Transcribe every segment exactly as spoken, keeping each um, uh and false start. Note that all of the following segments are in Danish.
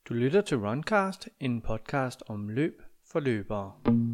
Du lytter til Runcast, en podcast om løb for løbere.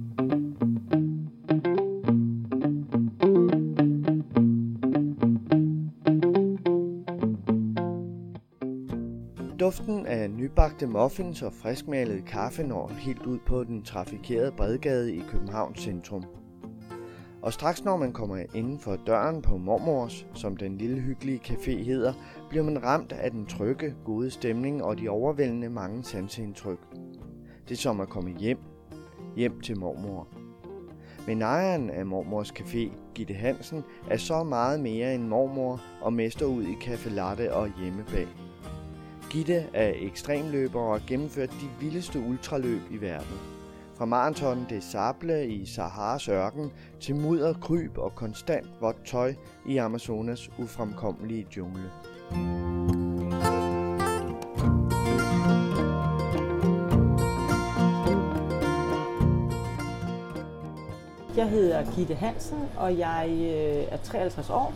Duften af nybagte muffins og friskmalet kaffe når helt ud på den trafikerede Bredgade i Københavns centrum. Og straks når man kommer inden for døren på Mormors, som den lille hyggelige café hedder, bliver man ramt af den trygge, gode stemning og de overvældende mange sanseindtryk. Det er som at komme hjem. Hjem til mormor. Men ejeren af Mormors Café, Gitte Hansen, er så meget mere end mormor og mester ud i Café Latte og hjemmebag. Gitte er ekstremløber og har gennemført de vildeste ultraløb i verden. Fra Marathon des Sables i Saharas ørken til mudder, kryb og konstant vådt tøj i Amazonas ufremkommelige jungle. Jeg hedder Gitte Hansen, og jeg er treoghalvtreds år,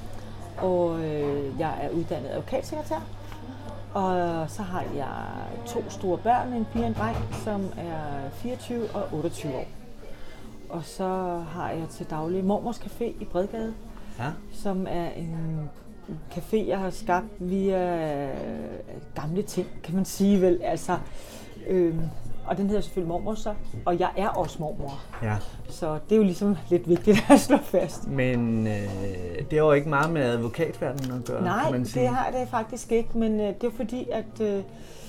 og jeg er uddannet advokatsekretær. Og så har jeg to store børn, en pige og en dreng, som er fireogtyve og otteogtyve år. Og så har jeg til daglig Mormors Café i Bredgade, ja. Som er en café, jeg har skabt via gamle ting, kan man sige vel. Altså, øhm, og den hedder selvfølgelig Mormor så, og jeg er også mormor. Ja. Så det er jo ligesom lidt vigtigt at slå fast. Men øh, det er jo ikke meget med advokatverdenen at gøre, Nej, kan man sige. det har det faktisk ikke, men øh, det er fordi, at øh,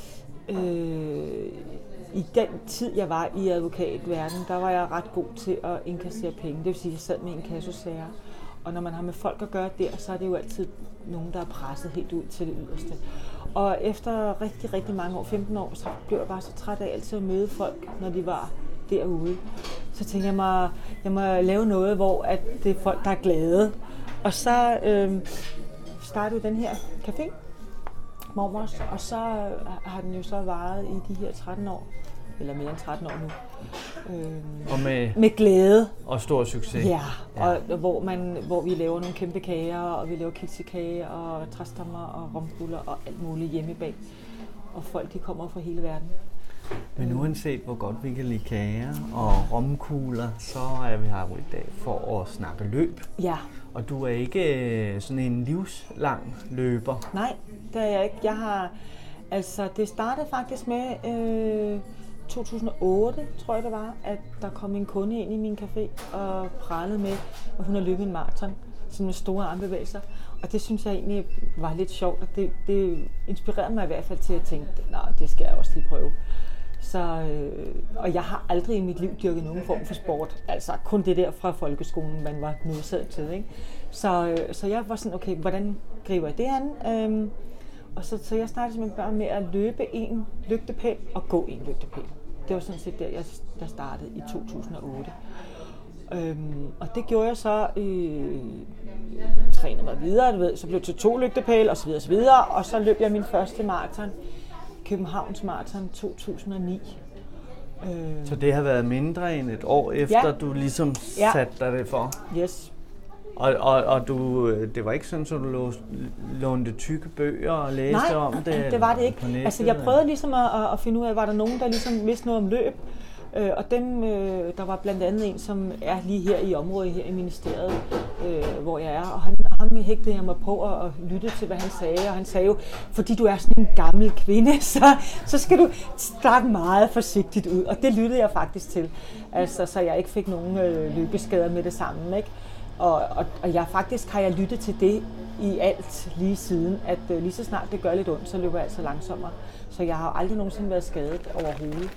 øh, i den tid, jeg var i advokatverdenen, der var jeg ret god til at indkassere penge. Det vil sige, at jeg sad med inkassosager. Og når man har med folk at gøre der, så er det jo altid nogen, der er presset helt ud til det yderste. Og efter rigtig, rigtig mange år, femten år, så blev jeg bare så træt af altid at møde folk, når de var derude. Så tænkte jeg mig, jeg må lave noget, hvor at det er folk, der er glade. Og så øh, startede den her café, Mormors, og så har den jo så varet i de her tretten år, eller mere end tretten år nu. Øh, og med, med glæde. Og stor succes. Ja, og ja. Hvor, man, hvor vi laver nogle kæmpe kager, og vi laver kiksekager og træstammer og romkugler og alt muligt hjemme bag. Og folk, de kommer fra hele verden. Men uanset hvor godt vi kan lide kager og romkugler, så er vi her i dag for at snakke løb. Ja. Og du er ikke sådan en livslang løber? Nej, det er jeg ikke. Jeg har, altså det startede faktisk med øh, to tusind og otte, tror jeg det var, at der kom en kunde ind i min café og pralede med, at hun har løbet en maraton, sådan med store armbevægelser. Og det synes jeg egentlig var lidt sjovt, og det, det inspirerede mig i hvert fald til at tænke, nej, det skal jeg også lige prøve. Så, øh, og jeg har aldrig i mit liv dyrket nogen form for sport. Altså kun det der fra folkeskolen, man var nødsaget til. Ikke? Så, øh, så jeg var sådan, okay, hvordan griber jeg det an? Øhm, og så, så jeg startede med børn med at løbe en lygtepæl og gå en lygtepæl. Det var sådan set der, jeg der startede i to tusind og otte. Øhm, og det gjorde jeg så, øh, trænede mig videre, du ved, så blev det til to lygtepæl og så videre og så videre. Og så løb jeg min første maraton. Københavns Marathon to tusind og ni. Øh. Så det har været mindre end et år efter, ja. Du ligesom ja. satte dig det for? Yes. Og, og, og du, det var ikke sådan, at du lånte tykke bøger og læste Nej, om det? Nej, det var det ikke. Nettet, altså, jeg prøvede ligesom at, at finde ud af, var der nogen, der ligesom vidste noget om løb. Øh, og dem, øh, der var blandt andet en, som er lige her i området, her i ministeriet, øh, hvor jeg er. Og han, ham hægtede jeg mig på at, at lytte til, hvad han sagde. Og han sagde jo, fordi du er sådan en gammel kvinde, så, så skal du starte meget forsigtigt ud. Og det lyttede jeg faktisk til, altså, så jeg ikke fik nogen øh, løbeskader med det samme. Ikke? Og, og, og jeg faktisk har jeg lyttet til det i alt lige siden, at øh, lige så snart det gør lidt ondt, så løber jeg altså langsommere. Så jeg har aldrig nogensinde været skadet overhovedet.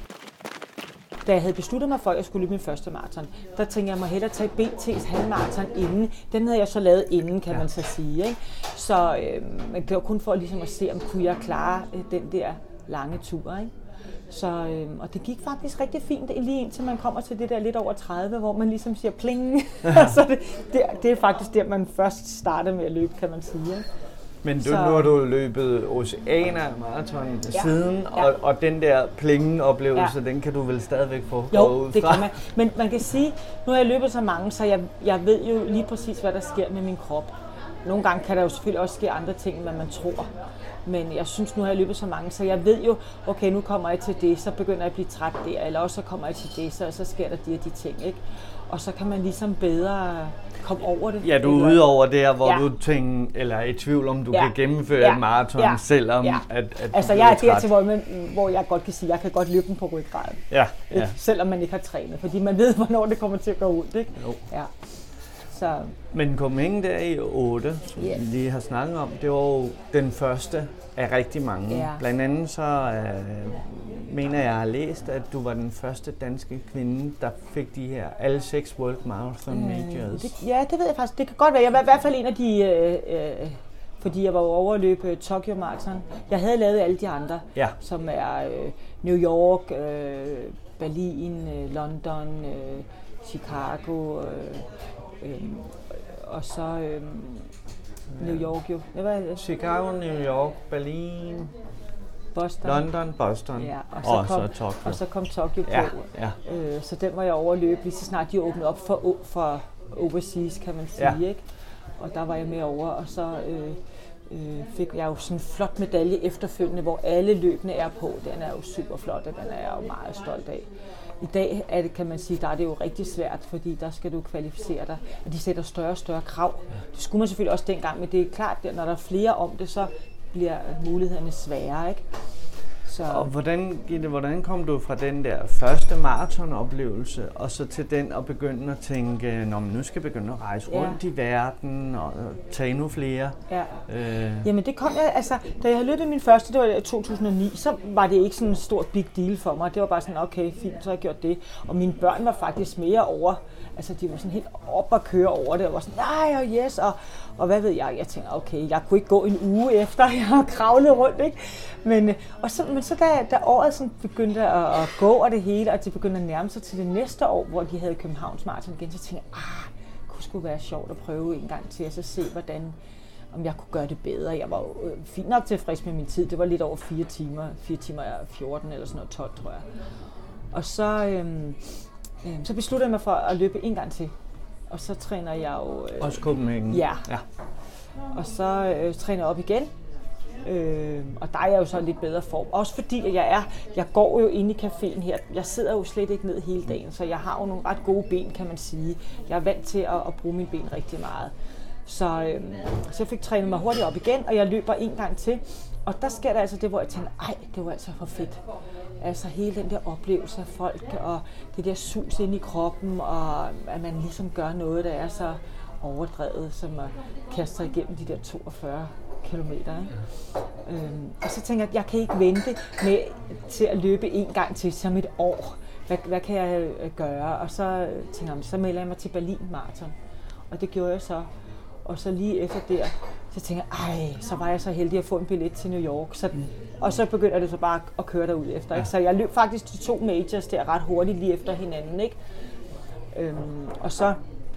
Da jeg havde besluttet mig for, at jeg skulle løbe min første maraton, der tænkte jeg mig hellere tage B T's halvmaraton inden. Den havde jeg så lavet inden, kan ja. man så sige. Ikke? Så øh, det var kun for ligesom at se, om kunne jeg klare øh, den der lange tur. Ikke? Så, øh, og det gik faktisk rigtig fint, lige indtil man kommer til det der lidt over tredive, hvor man ligesom siger pling. Ja. Så det, det, det er faktisk der, man først starter med at løbe, kan man sige. Ikke? Men du, nu har du løbet Oceana Marathon ja. siden, ja. Og, og den der plinge-oplevelse, ja. den kan du vel stadigvæk få jo, ud fra? det kan man. Men man kan sige, nu har jeg løbet så mange, så jeg, jeg ved jo lige præcis, hvad der sker med min krop. Nogle gange kan der jo selvfølgelig også ske andre ting, end hvad man tror. Men jeg synes, nu har jeg løbet så mange, så jeg ved jo, okay, nu kommer jeg til det, så begynder jeg at blive træt der, eller også så kommer jeg til det, så, så sker der de og de ting, ikke? Og så kan man ligesom bedre komme over det. Ja, du er ude over der, hvor ja. du tænker, eller er i tvivl om, du ja. kan gennemføre ja. et maraton, ja. selvom ja. at, at altså, jeg er der til, hvor, man, hvor jeg godt kan sige, at jeg kan godt løbe den på ryggraden. Ja. ja. Selvom man ikke har trænet, fordi man ved, hvornår det kommer til at gå ud, ikke? Jo. Ja. Så. Men Copenhagen der i otte, som yeah. vi lige har snakket om, det var jo den første af rigtig mange. Yeah. Blandt andet så øh, mener jeg har læst, at du var den første danske kvinde, der fik de her alle seks World Marathon Majors. Mm, det, ja, det ved jeg faktisk. Det kan godt være. Jeg var i hvert fald en af de, øh, øh, fordi jeg var over at løbe Tokyo Marathon. Jeg havde lavet alle de andre, ja. som er øh, New York, øh, Berlin, øh, London, øh, Chicago, øh, øh, og så øh, New York jo. Hvad var det? Chicago, New York, Berlin, Boston. London, Boston, ja, og, så og kom, så Tokyo. Og så kom Tokyo ja, på. Ja. Øh, så den var jeg over at løbe, lige så snart de åbnede op for, for overseas, kan man sige. Ja. Ikke? Og der var jeg med over, og så øh, øh, fik jeg jo sådan en flot medalje efterfølgende, hvor alle løbene er på. Den er jo super flot, og den er jeg jo meget stolt af. I dag er det, kan man sige, der er det jo rigtig svært, fordi der skal du kvalificere dig, og de sætter større og større krav. Det skulle man selvfølgelig også dengang, men det er klart, at når der er flere om det, så bliver mulighederne sværere, ikke? Så. Og hvordan, Gitte, hvordan kom du fra den der første maratonoplevelse, og så til den at begynde at tænke, når man nu skal begynde at rejse rundt ja. i verden og tage endnu flere? Ja. Øh. Jamen det kom jeg, altså, da jeg løbet min første, det var i to tusind og ni, så var det ikke sådan en stor big deal for mig. Det var bare sådan, okay, fint, så har jeg gjort det. Og mine børn var faktisk mere over, altså de var sådan helt op at køre over det, og var sådan, nej, og yes, og, og hvad ved jeg, jeg tænkte, okay, jeg kunne ikke gå en uge efter, jeg har kravlet rundt, ikke? Men, og så, men så da, da året sådan begyndte at, at gå og det hele, og det begyndte at nærme sig til det næste år, hvor de havde Københavns Marathon igen, så tænkte jeg, ah, det kunne sgu være sjovt at prøve en gang til, og så se, hvordan, om jeg kunne gøre det bedre. Jeg var jo øh, fint nok tilfreds med min tid, det var lidt over fire timer, fire timer og fjorten eller sådan noget, tolv tror jeg. Og så, øhm, øhm, så besluttede jeg mig for at løbe en gang til, og så træner jeg jo... Øh, Også Copenhagen? Ja. ja. Og så øh, træner jeg op igen. Øh, og der er jeg jo så en lidt bedre form. Også fordi at jeg er, jeg går jo inde i caféen her. Jeg sidder jo slet ikke ned hele dagen, så jeg har jo nogle ret gode ben, kan man sige. Jeg er vant til at, at bruge mine ben rigtig meget. Så, øh, så jeg fik trænet mig hurtigt op igen, og jeg løber en gang til. Og der sker der altså det, hvor jeg tænker, ej, det var altså for fedt. Altså hele den der oplevelse af folk, og det der sus inde i kroppen, og at man ligesom gør noget, der er så overdrevet, som at kaste sig igennem de der toogfyrre kilometer. Ikke? Øhm, og så tænker jeg, at jeg kan ikke vente med til at løbe en gang til som et år. Hvad, hvad kan jeg øh, gøre? Og så tænker jeg, så melder jeg mig til Berlin Marathon. Og det gjorde jeg så. Og så lige efter der, så tænker jeg, ej, så var jeg så heldig at få en billet til New York. Så, og så begynder det så bare at køre derud efter. Ikke? Så jeg løb faktisk de to majors der ret hurtigt lige efter hinanden. Ikke? Øhm, og så...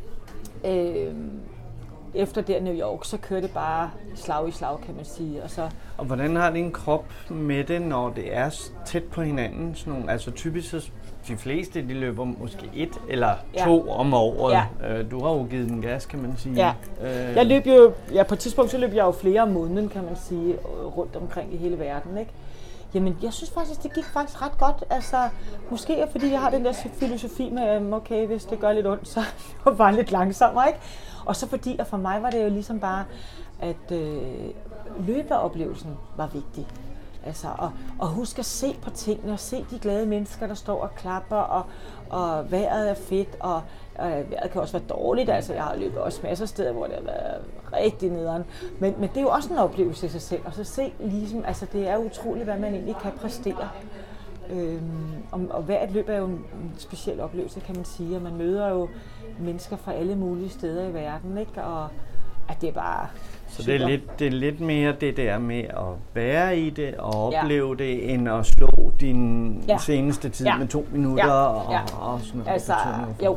Øhm, efter der New York, så kører det bare slag i slag, kan man sige. Og, så og hvordan har din krop med det, når det er tæt på hinanden? Sådan nogle, altså typisk så de fleste, de løber måske et eller to ja. om året. Ja. Du har jo givet den gas, kan man sige. Ja. Øh. Jeg løb jo, ja, på et tidspunkt så løb jeg jo flere om måneden, kan man sige, rundt omkring i hele verden, ikke? Jamen, jeg synes faktisk, det gik faktisk ret godt. Altså, måske er fordi jeg har den der filosofi med, okay, hvis det gør lidt ondt, så er det bare lidt langsommere, ikke? Og så fordi, og for mig var det jo ligesom bare, at øh, løbeoplevelsen var vigtig. Altså, og, og husk at se på tingene, og se de glade mennesker, der står og klapper, og, og vejret er fedt, og øh, vejret kan også være dårligt. Altså, jeg har løbet også masser af steder, hvor det har været rigtig nederen. Men, men det er jo også en oplevelse i sig selv. Og så se ligesom, altså det er utroligt, hvad man egentlig kan præstere. Øhm, og, og hvert løb er jo en speciel oplevelse, kan man sige. Og man møder jo mennesker fra alle mulige steder i verden, ikke? Og at det er bare Så super. det er, lidt, det er lidt mere det der med at være i det og opleve ja. det, end at slå din ja. seneste tid ja. med to minutter ja. Ja. Og, og sådan noget. Altså, jo,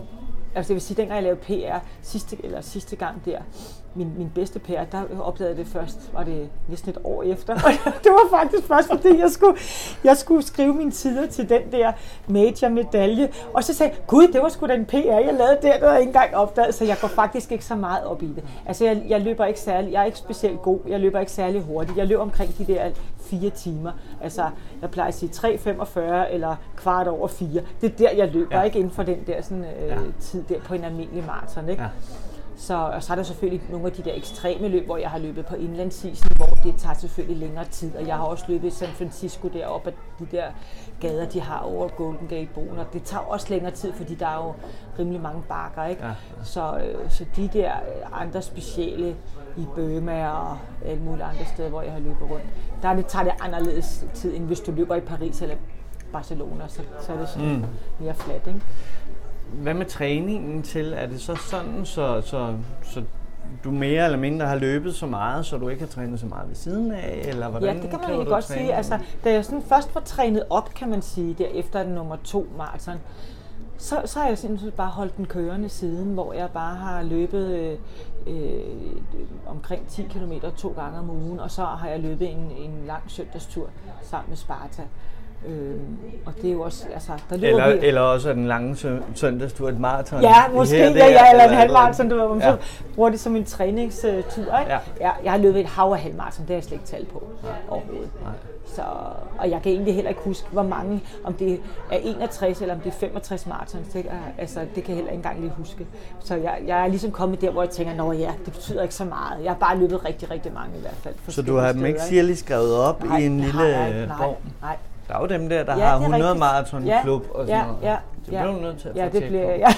altså det vil sige, dengang jeg lavede P R sidste, eller sidste gang der, min, min bedste P R, der opdagede jeg det først, var det næsten et år efter. Det var faktisk først, fordi jeg skulle, jeg skulle skrive mine tider til den der major-medalje, og så sagde jeg, gud, det var sgu da en P R, jeg lavede der, der var ikke engang opdaget, så jeg går faktisk ikke så meget op i det. Altså jeg, jeg løber ikke særlig, jeg er ikke specielt god, jeg løber ikke særlig hurtigt, jeg løber omkring de der fire timer. Altså jeg plejer at sige tre femogfyrre eller kvart over fire. Det er der, jeg løber, ja. Ikke inden for den der sådan, øh, ja. tid der på en almindelig maraton, ikke? Ja. Så, og så er der selvfølgelig nogle af de der ekstreme løb, hvor jeg har løbet på indlandsisen, hvor det tager selvfølgelig længere tid. Og jeg har også løbet i San Francisco deroppe, og de der gader, de har over Golden Gate Broen. Og det tager også længere tid, fordi der er jo rimelig mange bakker, ikke? Ja, ja. Så, øh, så de der andre specielle i Burma og alle mulige andre steder, hvor jeg har løbet rundt, der det, tager det anderledes tid, end hvis du løber i Paris eller Barcelona, så, så er det sådan mm. mere fladt, ikke? Hvad med træningen til? Er det så sådan, så, så, så du mere eller mindre har løbet så meget, så du ikke har trænet så meget ved siden af? Eller hvordan ja, det kan man egentlig godt sige. Altså, da jeg sådan først var trænet op, kan man sige, der efter den nummer to maraton, så, så har jeg simpelthen bare holdt den kørende siden, hvor jeg bare har løbet øh, øh, omkring ti kilometer to gange om ugen, og så har jeg løbet en, en lang søndagstur sammen med Sparta. Øhm, og det er jo også, altså, der løber eller, vi... eller også den lange sø- søndagstur, et maraton. Ja, måske, her, ja, ja, eller en halvmaraton, du ved, man ja. bruger det som en træningstur, ikke? Ja. Ja, jeg har løbet et hav af halvmaraton, det har jeg slet ikke talt på Nej. overhovedet. Nej. Så, og jeg kan egentlig heller ikke huske, hvor mange, om det er enogtres eller om det er femogtres maraton, det, altså, det kan jeg heller ikke engang lige huske. Så jeg, jeg er ligesom kommet der, hvor jeg tænker, nå ja, det betyder ikke så meget. Jeg har bare løbet rigtig, rigtig mange i hvert fald. Så du har dem ikke sirligt skrevet op nej, i en lille bog? Nej, der er jo dem der, der ja, har hundrede maraton ja, klub og sådan ja, noget. Ja, det bliver du nødt til at ja, få det bliver, ja.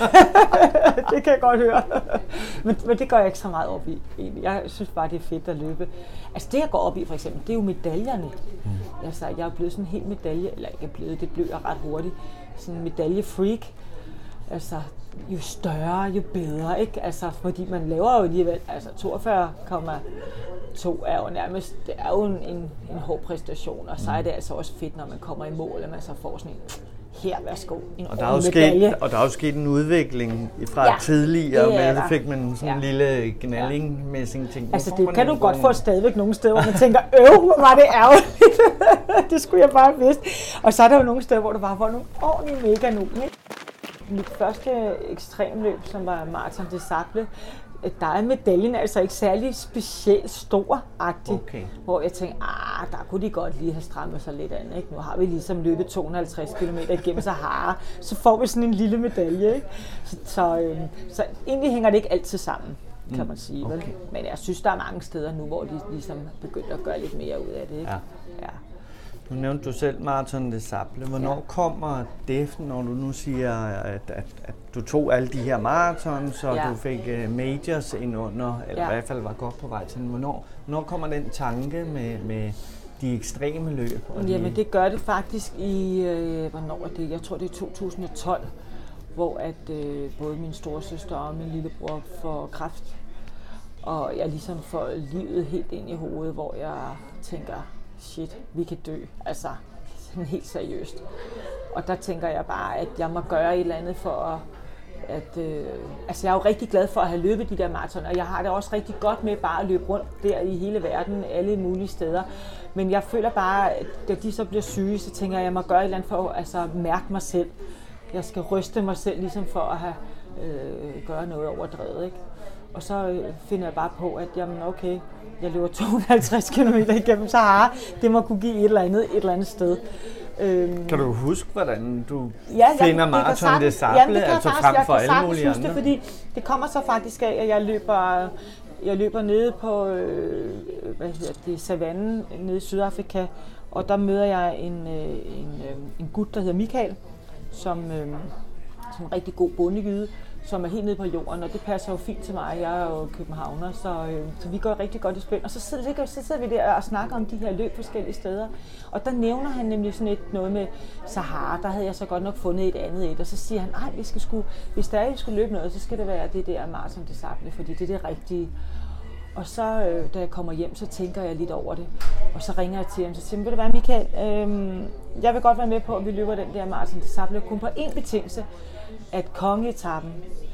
Det kan jeg godt høre. Men, men det går jeg ikke så meget op i. Jeg synes bare, det er fedt at løbe. Altså det, jeg går op i for eksempel, det er jo medaljerne. Mm. Altså, jeg er blevet sådan en helt medalje, eller ikke blevet, det blev jeg ret hurtigt. Sådan en medaljefreak. Altså, jo større, jo bedre, ikke? Altså, fordi man laver jo alligevel, altså toogfyrre komma to er jo nærmest, det er jo en, en, en hård præstation, og så er det altså også fedt, når man kommer i mål, at man så får sådan en, her, værsgo, en og der er jo sket, og der er jo sket en udvikling fra ja, tidligere, men så fik man sådan en ja. lille gnallingmæssing ting. Altså det kan du godt få stadigvæk nogle steder, hvor man tænker, øv, hvor var det ærgerligt. Det skulle jeg bare have vidst. Og så er der jo nogle steder, hvor du bare får nogle ordentlige mega nu. Mit første ekstremløb, som var Marathon des Sables, der er medaljen altså ikke særlig specielt stor-agtig, okay. Hvor jeg tænkte, ah, der kunne de godt lige have strammet sig lidt an, ikke? Nu har vi ligesom løbet to hundrede og halvtreds kilometer igennem Sahara, så får vi sådan en lille medalje, ikke? Så, så, øh, så egentlig hænger det ikke altid sammen, kan man sige, okay. Vel? Men jeg synes, der er mange steder nu, hvor de ligesom begynder at gøre lidt mere ud af det, ikke? Ja. Ja. Nu nævnte du selv Marathon des Sables. Hvornår ja. kommer det, når du nu siger, at, at, at du tog alle de her marathons, og ja. du fik uh, majors ind under, eller ja. i hvert fald var godt på vej til den. Hvornår, hvornår kommer den tanke med, med de ekstreme løb? Jamen de... det gør det faktisk i, øh, hvornår er det? Jeg tror det er to tusind og tolv, hvor at øh, både min storesøster og min lillebror får kræft. Og jeg ligesom får livet helt ind i hovedet, hvor jeg tænker, shit, vi kan dø. Altså, sådan helt seriøst. Og der tænker jeg bare, at jeg må gøre et eller andet for at... at øh, altså, jeg er jo rigtig glad for at have løbet de der maraton, og jeg har det også rigtig godt med bare at løbe rundt der i hele verden, alle mulige steder. Men jeg føler bare, at da de så bliver syge, så tænker jeg, at jeg må gøre et eller andet for at altså, mærke mig selv. Jeg skal ryste mig selv ligesom for at have, øh, gøre noget overdrevet, ikke? Og så øh, finder jeg bare på, at jamen okay, jeg løber to hundrede og halvtreds kilometer igennem Sahara. Det må kunne give et eller andet et eller andet sted. Øhm, kan du huske, hvordan du ja, finder Marathon des Sables, altså frem for alle mulige andre? Det, fordi det kommer så faktisk af, at jeg løber, jeg løber nede på øh, hvad hedder det, savannen nede i Sydafrika, og der møder jeg en, øh, en, øh, en gut, der hedder Michael, som, øh, som er en rigtig god bondegyde, som er helt nede på jorden, og det passer jo fint til mig. Jeg er jo københavner, så, øh, så vi går rigtig godt i spænd. Og så sidder, så sidder vi der og snakker om de her løb forskellige steder. Og der nævner han nemlig sådan et, noget med Sahara. Der havde jeg så godt nok fundet et andet et. Og så siger han, nej, vi skal sku, hvis der er, vi skulle løbe noget, så skal det være det der Marathon des Sables, fordi det er det rigtige. Og så, øh, da jeg kommer hjem, så tænker jeg lidt over det. Og så ringer jeg til ham, så siger jeg, ved du hvad, Michael, øh, jeg vil godt være med på, at vi løber den der Marathon des Sables, kun på én betingelse, at kongeetappen,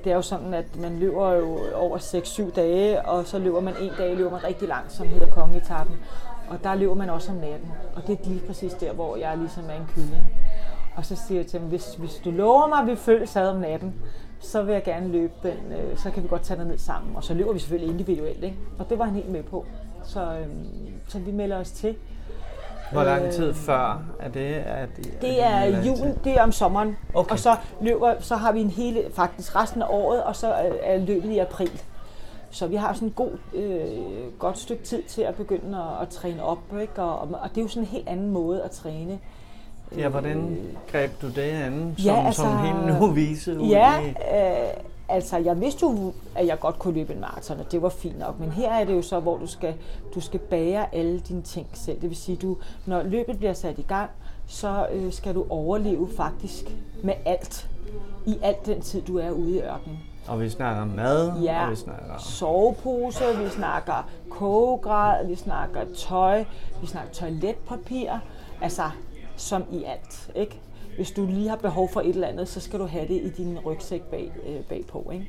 det er jo sådan, at man løber jo over seks syv dage, og så løber man en dag, løber man rigtig langt, som hedder Kongeetappen. Og der løber man også om natten, og det er lige præcis der, hvor jeg ligesom er en kylling. Og så siger jeg til dem, hvis, hvis du lover mig, at vi følges ad om natten, så vil jeg gerne løbe den, øh, så kan vi godt tage den ned sammen. Og så løber vi selvfølgelig individuelt, ikke? Og det var han helt med på. Så, øh, så vi melder os til. Hvor lang tid øh, før er det? At, det er, er julen, det er om sommeren. Okay. Og så løber, så har vi en hele, faktisk resten af året, og så er, er løbet i april. Så vi har sådan en god, øh, godt stykke tid til at begynde at, at træne op, ikke? Og, og det er jo sådan en helt anden måde at træne. Ja, hvordan greb du det an som, ja, altså, som helt novise ude ja, i? Øh, altså jeg vidste jo, at jeg godt kunne løbe en maraton, og det var fint nok. Men her er det jo så, hvor du skal, du skal bære alle dine ting selv. Det vil sige, du, når løbet bliver sat i gang, så øh, skal du overleve faktisk med alt. I alt den tid, du er ude i ørkenen. Og vi snakker mad, ja, og vi snakker sovepose, vi snakker kogegrad, vi snakker tøj, vi snakker toiletpapir, altså som i alt, ikke? Hvis du lige har behov for et eller andet, så skal du have det i din rygsæk bag, øh, bagpå, ikke?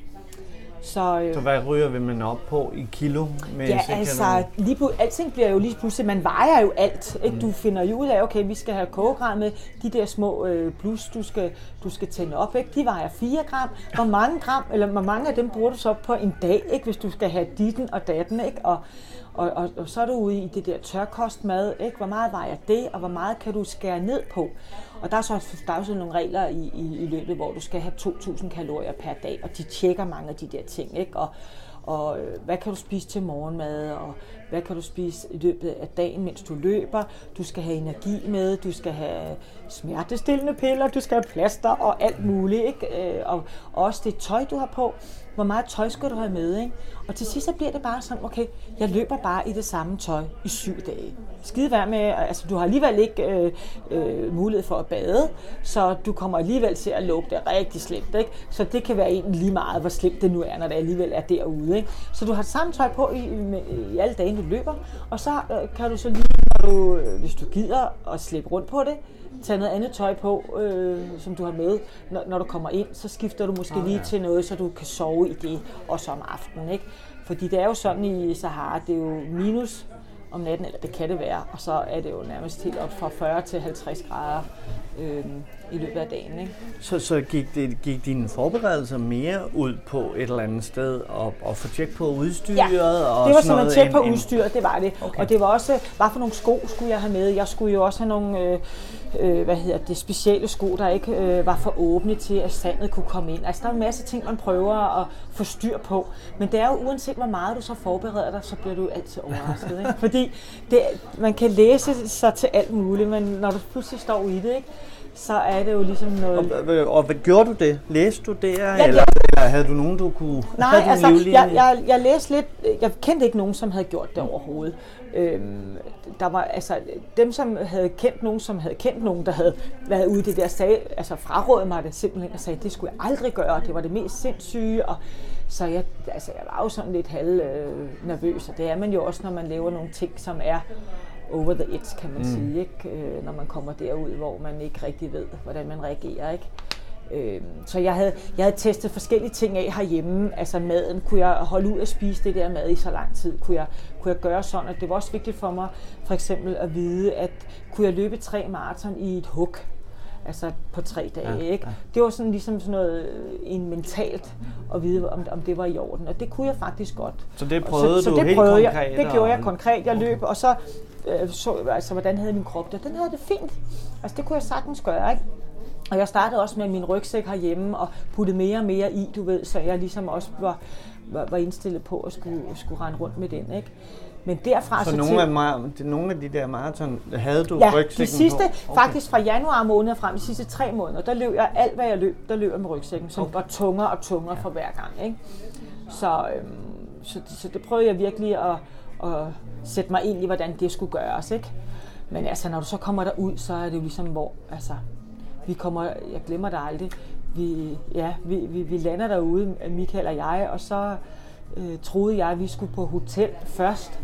Så, øh, så hvad ryger vi man op på i kilo? Ja, altså, lige på, alting bliver jo lige pludselig, man vejer jo alt, ikke? Mm. Du finder jo ud af, okay, vi skal have kogegrad med, de der små øh, plus, du skal, du skal tænde op, ikke? De vejer fire gram. Hvor mange gram, eller hvor mange af dem bruger du så på en dag, ikke? Hvis du skal have ditten og datten, ikke? Og, og, og, og så er du ude i det der tørkostmad, ikke? Hvor meget vejer det, og hvor meget kan du skære ned på? Og der er så der er jo sådan nogle regler i, i, i løbet, hvor du skal have to tusind kalorier per dag, og de tjekker mange af de der ting, ikke? Og, og hvad kan du spise til morgenmad, og hvad kan du spise i løbet af dagen, mens du løber? Du skal have energi med, du skal have smertestillende piller, du skal have plaster og alt muligt, ikke? Og også det tøj, du har på. Hvor meget tøj skal du have med, ikke? Og til sidst så bliver det bare sådan, okay, jeg løber bare i det samme tøj i syv dage. Skide værd med, altså du har alligevel ikke øh, øh, mulighed for at bade, så du kommer alligevel til at lugte det rigtig slemt, ikke? Så det kan være egentlig lige meget, hvor slemt det nu er, når det alligevel er derude, ikke? Så du har det samme tøj på i, i, i alle dage, du løber, og så øh, kan du så lige, når du, øh, hvis du gider at slippe rundt på det, tage noget andet tøj på, øh, som du har med, når, når du kommer ind, så skifter du måske oh, lige ja. til noget, så du kan sove i det, også om aftenen, ikke? Fordi det er jo sådan i Sahara, det er jo minus om natten, eller det kan det være, og så er det jo nærmest helt op fra fyrre til halvtreds grader øh, i løbet af dagen, ikke? Så, så gik, det, gik dine forberedelser mere ud på et eller andet sted, og, og få tjek på udstyret? Ja, og det var sådan simpelthen tjek på udstyret, det var det. Okay. Og det var også, hvad for nogle sko skulle jeg have med? Jeg skulle jo også have nogle, øh, øh, hvad hedder det, specielle sko, der ikke øh, var for åbne til, at sandet kunne komme ind. Altså der er en masse ting, man prøver at få styr på. Men det er jo uanset, hvor meget du så forbereder dig, så bliver du altid overrasket, ikke? Fordi det, man kan læse sig til alt muligt, men når du pludselig står i det, ikke? Så er det jo ligesom noget... Og, og hvad gjorde du det? Læste du det, ja, eller, eller havde du nogen, du kunne... Nej, altså, jeg, jeg, jeg læste lidt... Jeg kendte ikke nogen, som havde gjort det overhovedet. Øhm, der var altså dem, som havde kendt nogen, som havde kendt nogen, der havde været ude i det der, sagde, altså frarådede mig det simpelthen og sagde, det skulle jeg aldrig gøre, det var det mest sindssyge. Og så jeg, altså, jeg var jo sådan lidt halv øh, nervøs, og det er man jo også, når man laver nogle ting, som er over the edge, kan man mm. sige, ikke? Øh, når man kommer derud, hvor man ikke rigtig ved, hvordan man reagerer, ikke? Øh, så jeg havde, jeg havde testet forskellige ting af herhjemme, altså maden, kunne jeg holde ud at spise det der mad i så lang tid, kunne jeg, kunne jeg gøre sådan, og det var også vigtigt for mig, for eksempel at vide, at kunne jeg løbe tre maraton i et hug, altså på tre dage, ja, ikke? Ja. Det var sådan ligesom sådan noget en mentalt at vide, om, om det var i orden, og det kunne jeg faktisk godt. Så det prøvede så, du så det helt prøvede konkret? Jeg, det gjorde jeg konkret. Jeg løb, og så øh, så altså, hvordan havde min krop det? Den havde det fint. Altså det kunne jeg sagtens gøre, ikke? Og jeg startede også med min rygsæk herhjemme og puttede mere og mere i, du ved, så jeg ligesom også var, var, var indstillet på at skulle, skulle rende rundt med den, ikke? Men derfra så, så nogle, til, af, nogle af de der maraton havde du ja, rygsækken de sidste, på? Okay. faktisk fra januar måned frem, de sidste tre måneder, der løb jeg alt, hvad jeg løb, der løb jeg med rygsækken, som okay. var tungere og tungere ja. for hver gang, ikke? Så, øhm, så, så det prøvede jeg virkelig at, at sætte mig ind i, hvordan det skulle gøres, ikke? Men altså, når du så kommer derud, så er det jo ligesom, hvor, altså, vi kommer, jeg glemmer det aldrig, vi, ja, vi, vi, vi lander derude, Michael og jeg, og så øh, troede jeg, at vi skulle på hotel først,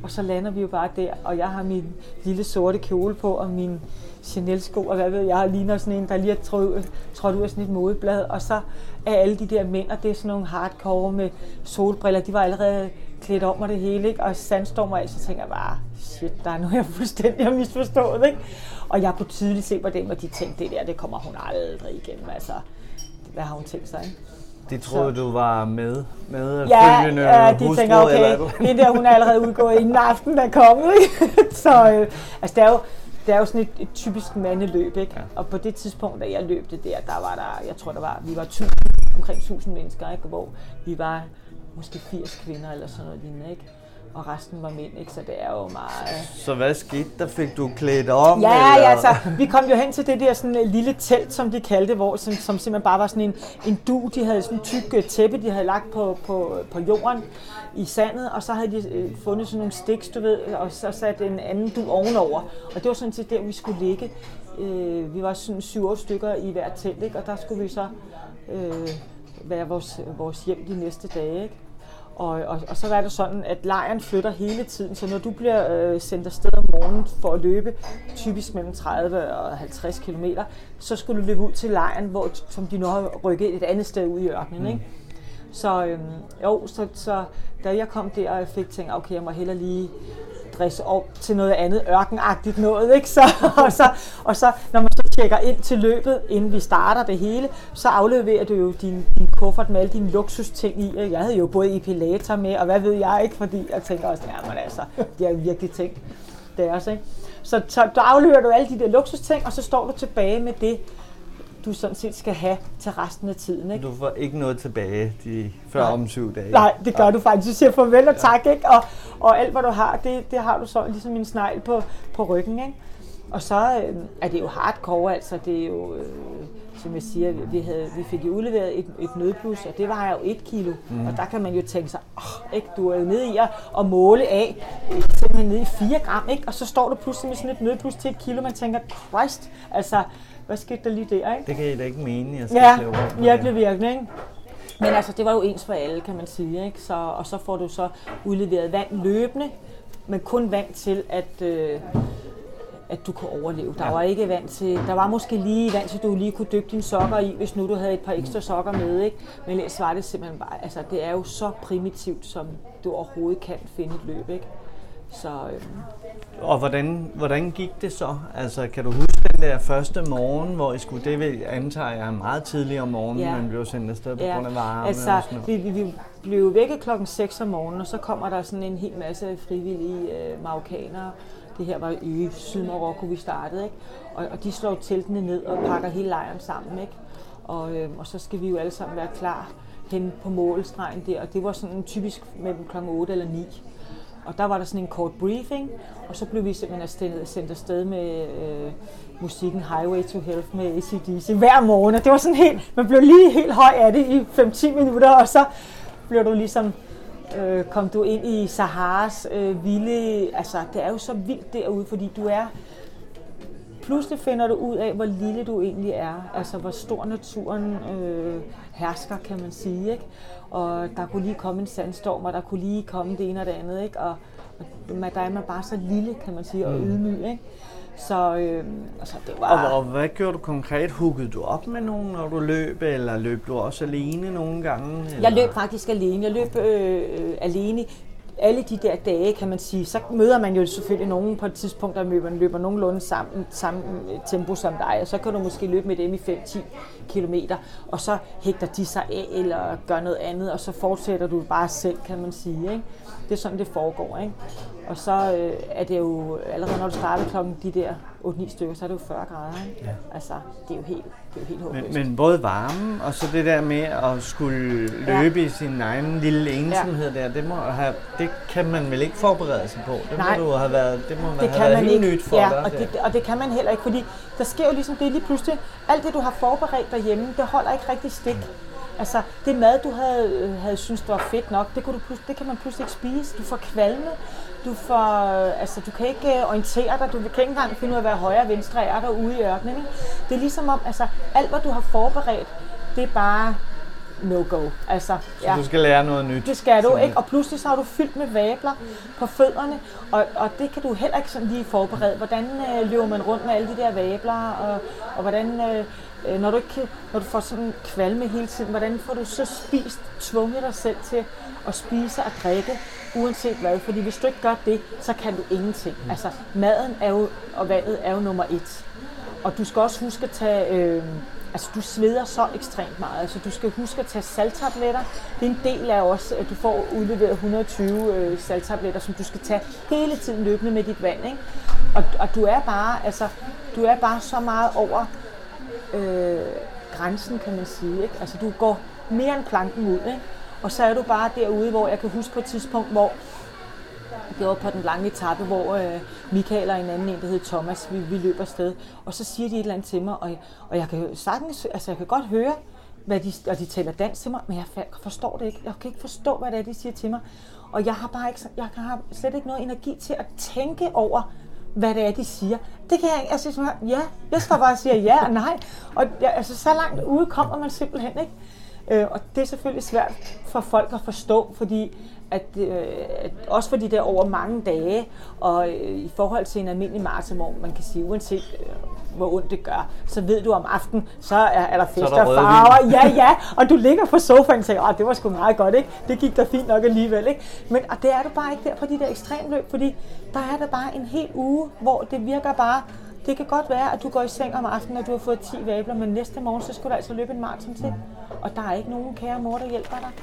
Og så lander vi jo bare der, og jeg har min lille sorte kjole på, og min Chanel-sko, og hvad ved jeg, jeg ligner sådan en, der lige er trådt, trådt ud af sådan et modeblad. Og så er alle de der mænd, og det er sådan nogle hardcore med solbriller, de var allerede klædt om og det hele, ikke? Og Sandstorm og alt, så tænker jeg bare, shit, der er noget, jeg fuldstændig har misforstået, ikke? Og jeg kunne tydeligt se på dem, og de tænkte, det der, det kommer hun aldrig igennem, altså, hvad har hun tænkt sig, ikke? De troede, så du var med, med ja, følgende ja, de hustru, tænker, okay, eller det der, hun er allerede udgået, inden aftenen er kommet, ikke? Så, øh, altså, det er jo, det er jo sådan et, et typisk mandeløb, ikke? Ja. Og på det tidspunkt, da jeg løb det der, der var der, jeg tror, der var, vi var tusind, omkring tusind mennesker, ikke? Hvor vi var måske firs kvinder eller sådan noget lignende, ikke? Og resten var mænd, ikke? Så det er jo meget... Så hvad skete der? Fik du klædt om? Ja, eller? ja, altså, vi kom jo hen til det der sådan lille telt, som de kaldte, hvor, som, som simpelthen bare var sådan en, en du. De havde sådan en tyk tæppe, de havde lagt på, på, på jorden i sandet, og så havde de øh, fundet sådan nogle stiks, du ved, og så sat en anden du ovenover. Og det var sådan set der, vi skulle ligge. Øh, vi var sådan syv otte stykker i hver telt, ikke? Og der skulle vi så øh, være vores, vores hjem de næste dage, ikke? Og, og, og så er det sådan, at lejren flytter hele tiden, så når du bliver øh, sendt afsted om morgenen for at løbe, typisk mellem tredive og halvtreds kilometer, så skulle du løbe ud til lejren, hvor, som de nu har rykket et andet sted ud i ørkenen, ikke? Så øhm, jo, så, så da jeg kom der, og jeg fik tænkt, okay, jeg må hellere lige dresse op til noget andet ørkenagtigt noget, ikke? Så, og, så, og så, når man så tjekker ind til løbet, inden vi starter det hele, så afleverer du jo din, din kuffert med alle dine luksusting i. Jeg havde jo både epilator med, og hvad ved jeg ikke, fordi jeg tænker også, ja, men altså, det er virkelig ting. Det er også, ikke? Så, så du afleverer du alle de der luksusting, og så står du tilbage med det, du sådan set skal have til resten af tiden, ikke? Du får ikke noget tilbage de før Nej. om syv dage. Nej, det gør ja. du faktisk. Du siger farvel og tak, ikke? Og, og alt, hvad du har, det, det har du så ligesom en snegl på, på ryggen, ikke? Og så øh, er det jo hardcore, altså. Det er jo, øh, som jeg siger, vi, havde, vi fik jo udleveret et, et nødblus, og det var jo et kilo. Mm. Og der kan man jo tænke sig, åh, ikke? Du er jo nede i at, at måle af, simpelthen nede i fire gram, ikke? Og så står du pludselig med sådan et nødblus til et kilo, man tænker, Christ, altså, hvad skete der lige der, ikke? Det kan I da ikke mene, jeg skal ja, slæve rundt. Ja, virkelig, virkelig, ikke? Men altså, det var jo ens for alle, kan man sige, ikke? Så, og så får du så udleveret vand løbende, men kun vand til, at, øh, at du kunne overleve. Der ja. var ikke vand til, der var måske lige vand til, du lige kunne dyppe dine sokker i, hvis nu du havde et par ekstra sokker med, ikke? Men ellers var det simpelthen bare, altså det er jo så primitivt, som du overhovedet kan finde et løb, ikke? Så, øhm. Og hvordan, hvordan gik det så? Altså, kan du huske den der første morgen, hvor I skulle, det vil antager jeg meget tidligt om morgenen, ja. man blev sendt afsted på ja. grund af varme? Altså, vi, vi, vi blev vækket klokken seks om morgenen, og så kommer der sådan en hel masse frivillige øh, marokkanere. Det her var i Sydmarokko, vi startede, ikke? Og, og de slår teltene ned og pakker hele lejren sammen, ikke? Og, øh, og så skal vi jo alle sammen være klar hen på målstregen der, og det var sådan typisk mellem klokken otte eller ni. Og der var der sådan en kort briefing, og så blev vi simpelthen sendt afsted med øh, musikken Highway to Health med A C D C hver morgen. Og det var sådan helt, man blev lige helt høj af det i fem til ti minutter, og så blev du ligesom, øh, kom du ind i Saharas øh, vilde, altså det er jo så vildt derude, fordi du er, pludselig finder du ud af, hvor lille du egentlig er, altså hvor stor naturen øh, hersker, kan man sige, ikke? Og der kunne lige komme en sandstorm, og der kunne lige komme det ene og det andet, ikke? Og, og der er man bare så lille, kan man sige, og ydmyg, ikke? Så øh, altså, det var... Og, og hvad gjorde du konkret? Huggede du op med nogen, når du løb, eller løb du også alene nogle gange? Eller? Jeg løb faktisk alene. Jeg løb øh, øh, alene. Alle de der dage, kan man sige, så møder man jo selvfølgelig nogen på et tidspunkt, der løber, løber nogenlunde samme, samme tempo som dig, og så kan du måske løbe med dem i fem til ti kilometer, og så hægter de sig af eller gør noget andet, og så fortsætter du bare selv, kan man sige, ikke? Det er sådan, det foregår, ikke? Og så øh, er det jo, allerede når du starter klokken de der otte ni stykker, så er det jo fyrre grader, ikke? Ja. Altså, det er jo helt, det er jo helt håbløst. Men, men både varme, og så det der med at skulle løbe ja. i sin egen lille ensomhed ja. der, det, må have, det kan man vel ikke forberede sig på? Det Nej, må du have været, det må det have været helt ikke. nyt for ja, dig. Og det, og det kan man heller ikke, fordi der sker jo ligesom det lige pludselig, alt det du har forberedt derhjemme, det holder ikke rigtig stik. Altså, det mad, du havde, havde syntes var fedt nok, det, kunne du det kan man pludselig ikke spise. Du får kvalme, du får, altså, du kan ikke orientere dig, du kan ikke engang finde ud af, hvad højre og venstre er derude i ørkenen. Det er ligesom om, altså, alt hvad du har forberedt, det er bare no-go. Altså, så ja. Du skal lære noget nyt? Det skal du, ikke? Og pludselig så har du fyldt med vabler på fødderne, og, og det kan du heller ikke sådan lige forberede. Hvordan øh, løber man rundt med alle de der vabler, og, og hvordan, øh, når, du ikke, når du får sådan en kvalme hele tiden, hvordan får du så spist, tvunget dig selv til at spise og drikke, uanset hvad? Fordi hvis du ikke gør det, så kan du ingenting. Mm. Altså, maden er jo, og vandet er jo nummer et. Og du skal også huske at tage... Øh, Altså, du sveder så ekstremt meget. Altså, du skal huske at tage salttabletter. Det er en del af også, at du får udleveret et hundrede og tyve øh, salttabletter, som du skal tage hele tiden løbende med dit vand, ikke? Og, og du er bare, altså, du er bare så meget over øh, grænsen, kan man sige, ikke? Altså, du går mere end planken ud, ikke? Og så er du bare derude, hvor jeg kan huske på et tidspunkt, hvor det var på den lange etape, hvor øh, Michael og en anden en, der hed Thomas, vi, vi løber afsted. Og så siger de et eller andet til mig, og, og jeg kan sagtens, altså jeg kan godt høre, hvad de, og de taler dansk til mig, men jeg forstår det ikke. Jeg kan ikke forstå, hvad det er, de siger til mig. Og jeg har bare ikke, jeg har slet ikke noget energi til at tænke over, hvad det er, de siger. Det kan jeg ikke. Altså, ja, jeg står bare og siger ja og nej. Og ja, altså, så langt ude kommer man simpelthen ikke. Øh, og det er selvfølgelig svært for folk at forstå, fordi At, øh, at også fordi det er over mange dage, og øh, i forhold til en almindelig maraton, hvor man kan sige, uanset øh, hvor ondt det gør, så ved du om aftenen, så er, er der fest og farver, ja ja, og du ligger på sofaen og tænker, åh, det var sgu meget godt, ikke? Det gik da fint nok alligevel, ikke? Men og det er du bare ikke der på de der ekstremløb, fordi der er der bare en hel uge, hvor det virker bare. Det kan godt være, at du går i seng om aftenen, og du har fået ti vabler, men næste morgen, så skal du altså løbe en maraton til, og der er ikke nogen kære mor, der hjælper dig.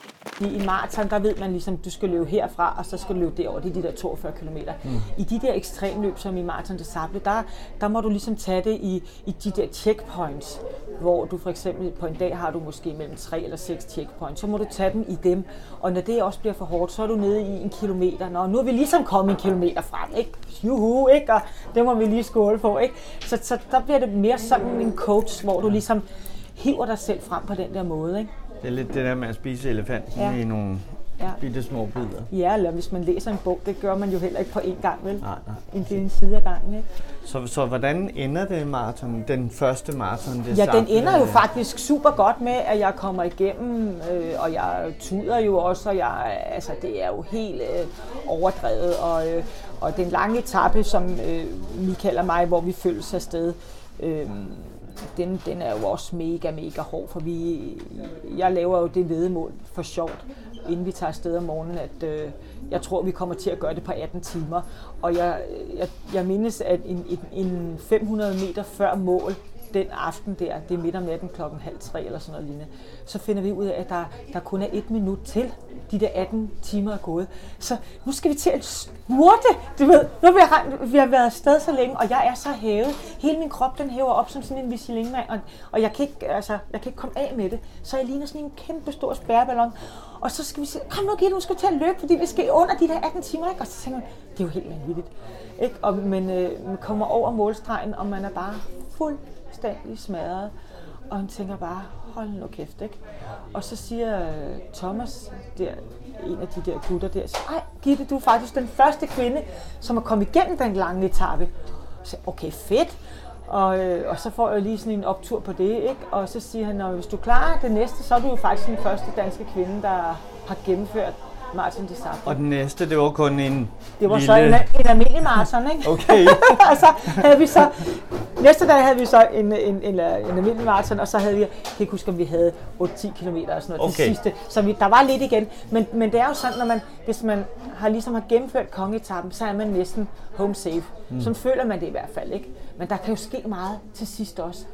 I en maraton, der ved man ligesom, du skal løbe herfra, og så skal du løbe derover. Det er de der toogfyrre kilometer. Mm. I de der ekstremløb, som i Marathon des Sables, der, der må du ligesom tage det i, i de der checkpoints, hvor du for eksempel på en dag har du måske mellem tre eller seks checkpoints. Så må du tage dem i dem, og når det også bliver for hårdt, så er du nede i en kilometer. Nå, nu er vi ligesom kommet en kilometer frem, ikke? Juhu, ikke? Og det må vi lige skåle på, ikke? Så, så der bliver det mere sådan en coach, hvor du ligesom hiver dig selv frem på den der måde, ikke? Det er lidt det der med at spise elefanten ja. i nogle ja. bitte små bidder. Ja, eller hvis man læser en bog, det gør man jo heller ikke på én gang, vel? Nej, nej. En, det er en side af gangen, ikke? Så, så hvordan ender det maraton, den første maraton? Ja, den ender jo faktisk super godt med, at jeg kommer igennem, øh, og jeg tuder jo også, og jeg, altså, det er jo helt øh, overdrevet. Og, øh, og den lange etape, som øh, Michael og mig, hvor vi følges afsted, øh, Den, den er jo også mega, mega hård, for vi, jeg laver jo det væddemål for sjovt, inden vi tager afsted om morgenen, at øh, jeg tror, vi kommer til at gøre det på atten timer. Og jeg, jeg, jeg mindes, at en, en, en fem hundrede meter før mål, den aften der, det er midt om natten klokken halv tre eller sådan noget lignende, så finder vi ud af, at der, der kun er et minut til, de der atten timer er gået. Så nu skal vi til at spurte, du ved, nu har vi, vi har været afsted så længe, og jeg er så hævet. Hele min krop, den hæver op som sådan en Michelin-mand, og, og jeg, kan ikke, altså, jeg kan ikke komme af med det. Så jeg ligner sådan en kæmpe stor spærreballon. Og så skal vi sige, kom nu Gitte, du skal til at løbe, fordi vi skal under de der atten timer, ikke? Og så tænker man, det er jo helt vanvittigt, ikke? Og, men øh, man kommer over målstregen, og man er bare fuldstændig smadret. Og han tænker bare, hold nu kæft, ikke? Og så siger Thomas, der, en af de der gutter der, ej Gitte, du er faktisk den første kvinde, som er kommet igennem den lange etape. Så siger okay, fedt. Og, øh, og så får jeg lige sådan en optur på det, ikke? Og så siger han, hvis du klarer det næste, så er du jo faktisk den første danske kvinde, der har gennemført Marathon des Sables. Og den næste, det var kun en Det var lille... så en, en almindelig maraton, ikke? Okay. Og så havde vi så, næste dag havde vi så en, en, en, en almindelig maraton, og så havde vi, jeg kan ikke huske, om vi havde otte til ti kilometer og sådan noget, okay. Det sidste. Så vi, der var lidt igen, men, men det er jo sådan, når man, hvis man har ligesom har gennemført kongeetappen, så er man næsten home safe. Mm. Sådan føler man det i hvert fald, ikke? Men der kan jo ske meget til sidst også.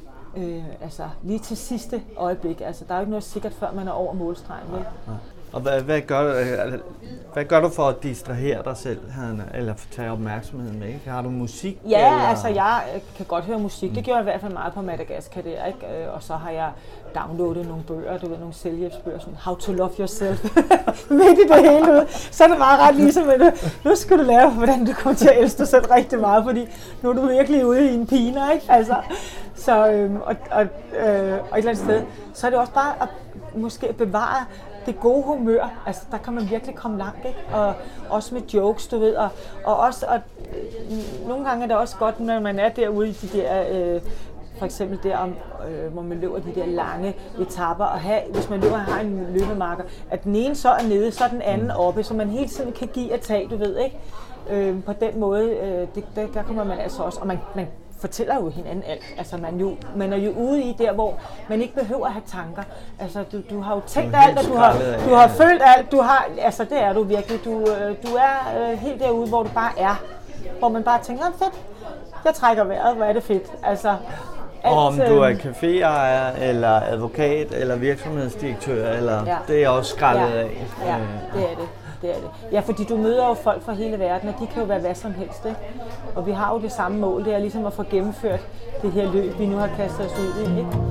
Øh, altså lige til sidste øjeblik. Altså der er jo ikke noget sikkert, før man er over målstregen, ikke? Ja. Og hvad, hvad, gør du, hvad gør du for at distrahere dig selv, eller tage opmærksomheden med? Ikke? Har du musik? Ja, eller? altså jeg kan godt høre musik. Det gjorde jeg i hvert fald meget på Madagaskar der, ikke? Og så har jeg downloadet nogle bøger, du ved, nogle selvhjælpsbøger, sådan How to Love Yourself. Midt i det hele ud. Så er det meget ret ligesom, at nu skal du lære, hvordan du kommer til at elske dig selv rigtig meget, fordi nu er du virkelig ude i en piner, ikke? Altså, så, øhm, og, og, øh, og et eller andet sted, så er det også bare at måske bevare det gode humør, altså der kan man virkelig komme langt, ikke? Og også med jokes, du ved, og, og også, og, øh, nogle gange er det også godt, når man er derude i de der øh, for eksempel der, om, øh, hvor man løber de der lange etaper, og have, hvis man løber har en løbemarker, at den ene så er nede, så er den anden oppe, så man hele tiden kan give og tage, du ved, ikke? Øh, på den måde, øh, det, der, der kommer man altså også, og man, man fortæller jo hinanden alt. Altså man, jo, man er jo ude i der, hvor man ikke behøver at have tanker. Altså du, du har jo tænkt alt, og du har, du har følt alt, du har, altså det er du virkelig. Du, du er øh, helt derude, hvor du bare er. Hvor man bare tænker, fedt, jeg trækker vejret, hvor er det fedt. Altså, alt, om du er caféejer, eller advokat, eller virksomhedsdirektør, eller ja. Det er også skrællet ja. af. Ja, det er det. Det er det. Ja, fordi du møder jo folk fra hele verden, og de kan jo være hvad som helst, ikke? Og vi har jo det samme mål, det er ligesom at få gennemført det her løb, vi nu har kastet os ud i, ikke?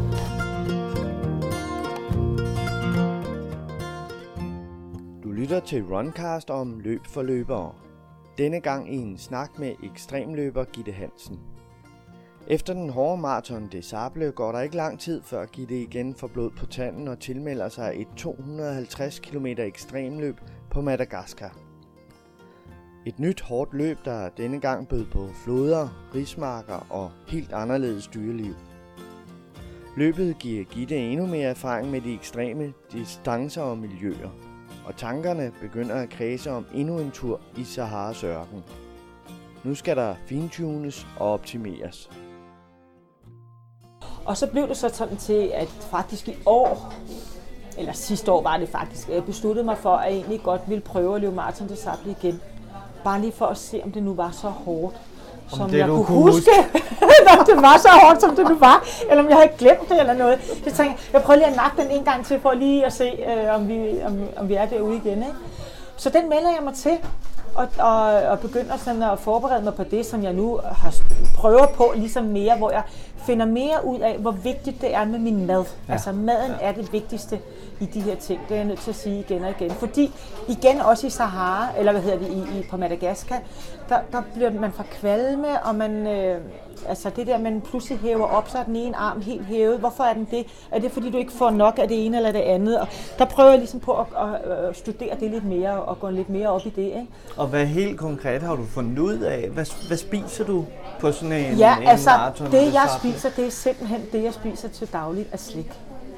Du lytter til Runcast om løb for løbere. Denne gang i en snak med ekstremløber Gitte Hansen. Efter den hårde Marathon des Sables går der ikke lang tid, før Gitte igen får blod på tanden og tilmelder sig et to hundrede og halvtreds kilometer ekstremløb på Madagaskar. Et nyt hårdt løb, der denne gang bød på floder, rismarker og helt anderledes dyreliv. Løbet giver Gitte endnu mere erfaring med de ekstreme distancer og miljøer, og tankerne begynder at kredse om endnu en tur i Saharas ørken. Nu skal der fintunes og optimeres. Og så blev det så sådan til, at faktisk i år, eller sidste år var det faktisk, jeg besluttede mig for, at jeg egentlig godt ville prøve at løbe Marathon des Sables igen. Bare lige for at se, om det nu var så hårdt, som om det, jeg kunne kunne huske. Om det var så hårdt, som det nu var, eller om jeg havde glemt det eller noget. Så tænkte jeg, jeg prøver lige at nakke den en gang til, for lige at se, øh, om, vi, om, om vi er derude igen. Ikke? Så den melder jeg mig til. Og, og, og begynder sådan at forberede mig på det, som jeg nu har prøver på, ligesom mere, hvor jeg finder mere ud af, hvor vigtigt det er med min mad. Ja. Altså maden er det vigtigste i de her ting, det er jeg nødt til at sige igen og igen. Fordi igen også i Sahara, eller hvad hedder det, i, i, på Madagaskar, der, der bliver man for kvalme, og man, øh, altså det der, man pludselig hæver op, så er den ene arm helt hævet. Hvorfor er den det? Er det fordi, du ikke får nok af det ene eller det andet? Og der prøver jeg ligesom på at, at, at studere det lidt mere, og gå lidt mere op i det. Ikke? Og hvad helt konkret har du fundet ud af? Hvad, hvad spiser du på sådan en, ja, en altså, maraton? Det jeg spiser, det er simpelthen det, jeg spiser til dagligt af slik.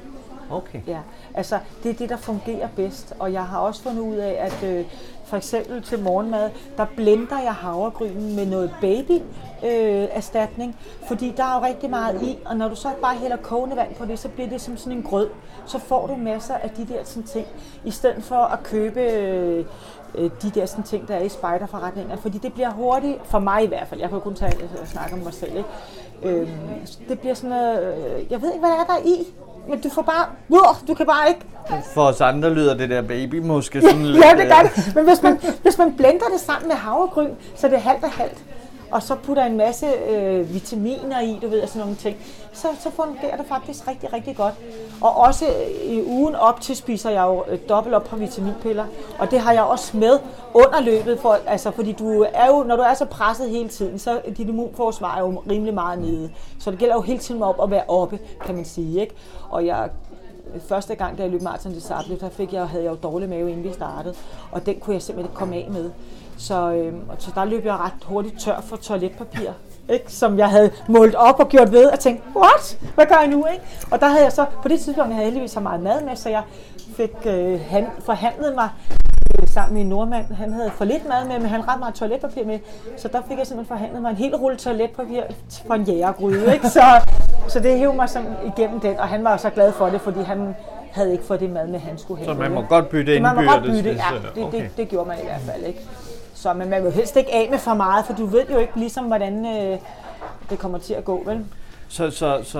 Okay. Ja, altså det er det, der fungerer bedst, og jeg har også fundet ud af, at øh, for eksempel til morgenmad, der blender jeg havregrynen med noget baby øh, erstatning, fordi der er jo rigtig meget i, og når du så bare hælder kogende vand på det, så bliver det som sådan en grød, så får du masser af de der sådan ting, i stedet for at købe øh, de der sådan ting, der er i spejderforretninger, fordi det bliver hurtigt, for mig i hvert fald, jeg kan jo kun tage og snakke om mig selv, ikke? Øh, det bliver sådan noget, øh, jeg ved ikke, hvad der er der er i, men du får bare, uh, du kan bare ikke. For os andre lyder det der baby måske sådan lidt. Ja, det gør det. Men hvis man, hvis man blender det sammen med havregryn, så er det halvt og halvt, og så putter en masse øh, vitaminer i, du ved, og sådan nogle ting, så, så fungerer det faktisk rigtig, rigtig godt. Og også i ugen op til spiser jeg jo øh, dobbelt op på vitaminpiller, og det har jeg også med under løbet, for, altså, fordi du er jo, når du er så presset hele tiden, så er dit immunforsvar er jo rimelig meget nede. Så det gælder jo hele tiden op at være oppe, kan man sige, ikke? Og jeg første gang, da jeg løb Marathon des Sables, der fik jeg, havde jeg jo dårlig mave, inden vi startede, og den kunne jeg simpelthen ikke komme af med. Så, øh, så der løb jeg ret hurtigt tør for toiletpapir, ikke? Som jeg havde målt op og gjort ved, og tænkte, what? Hvad gør jeg nu? Ikke? Og der havde jeg så, på det tidspunkt jeg havde jeg heldigvis så meget mad med, så jeg fik øh, han, forhandlet mig øh, sammen med en nordmand. Han havde for lidt mad med, men han ret meget toiletpapir med, så der fik jeg simpelthen forhandlet mig en hel rulle toiletpapir for en jægergryde. Ikke? Så, så det hævde mig sådan igennem den, og han var så glad for det, fordi han havde ikke fået det mad med, han skulle have. Så man må godt bytte indbyrdes? Man må godt bytte, ja. Det, okay. det, det gjorde man i hvert fald, ikke? Så men man vil helst ikke af med for meget, for du ved jo ikke ligesom, hvordan øh, det kommer til at gå, vel? Så, så, så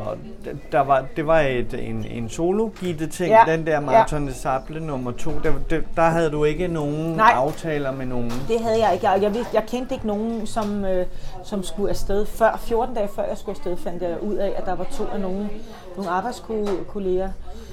der var, det var et, en, en solo-Gitte-ting, ja, den der Marathon des Sables nummer to. Der, der, der havde du ikke nogen Nej, aftaler med nogen? Det havde jeg ikke. Jeg, jeg, jeg kendte ikke nogen, som, øh, som skulle afsted før. fjorten dage før jeg skulle afsted, fandt jeg ud af, at der var to af nogle, nogle arbejdskolleger,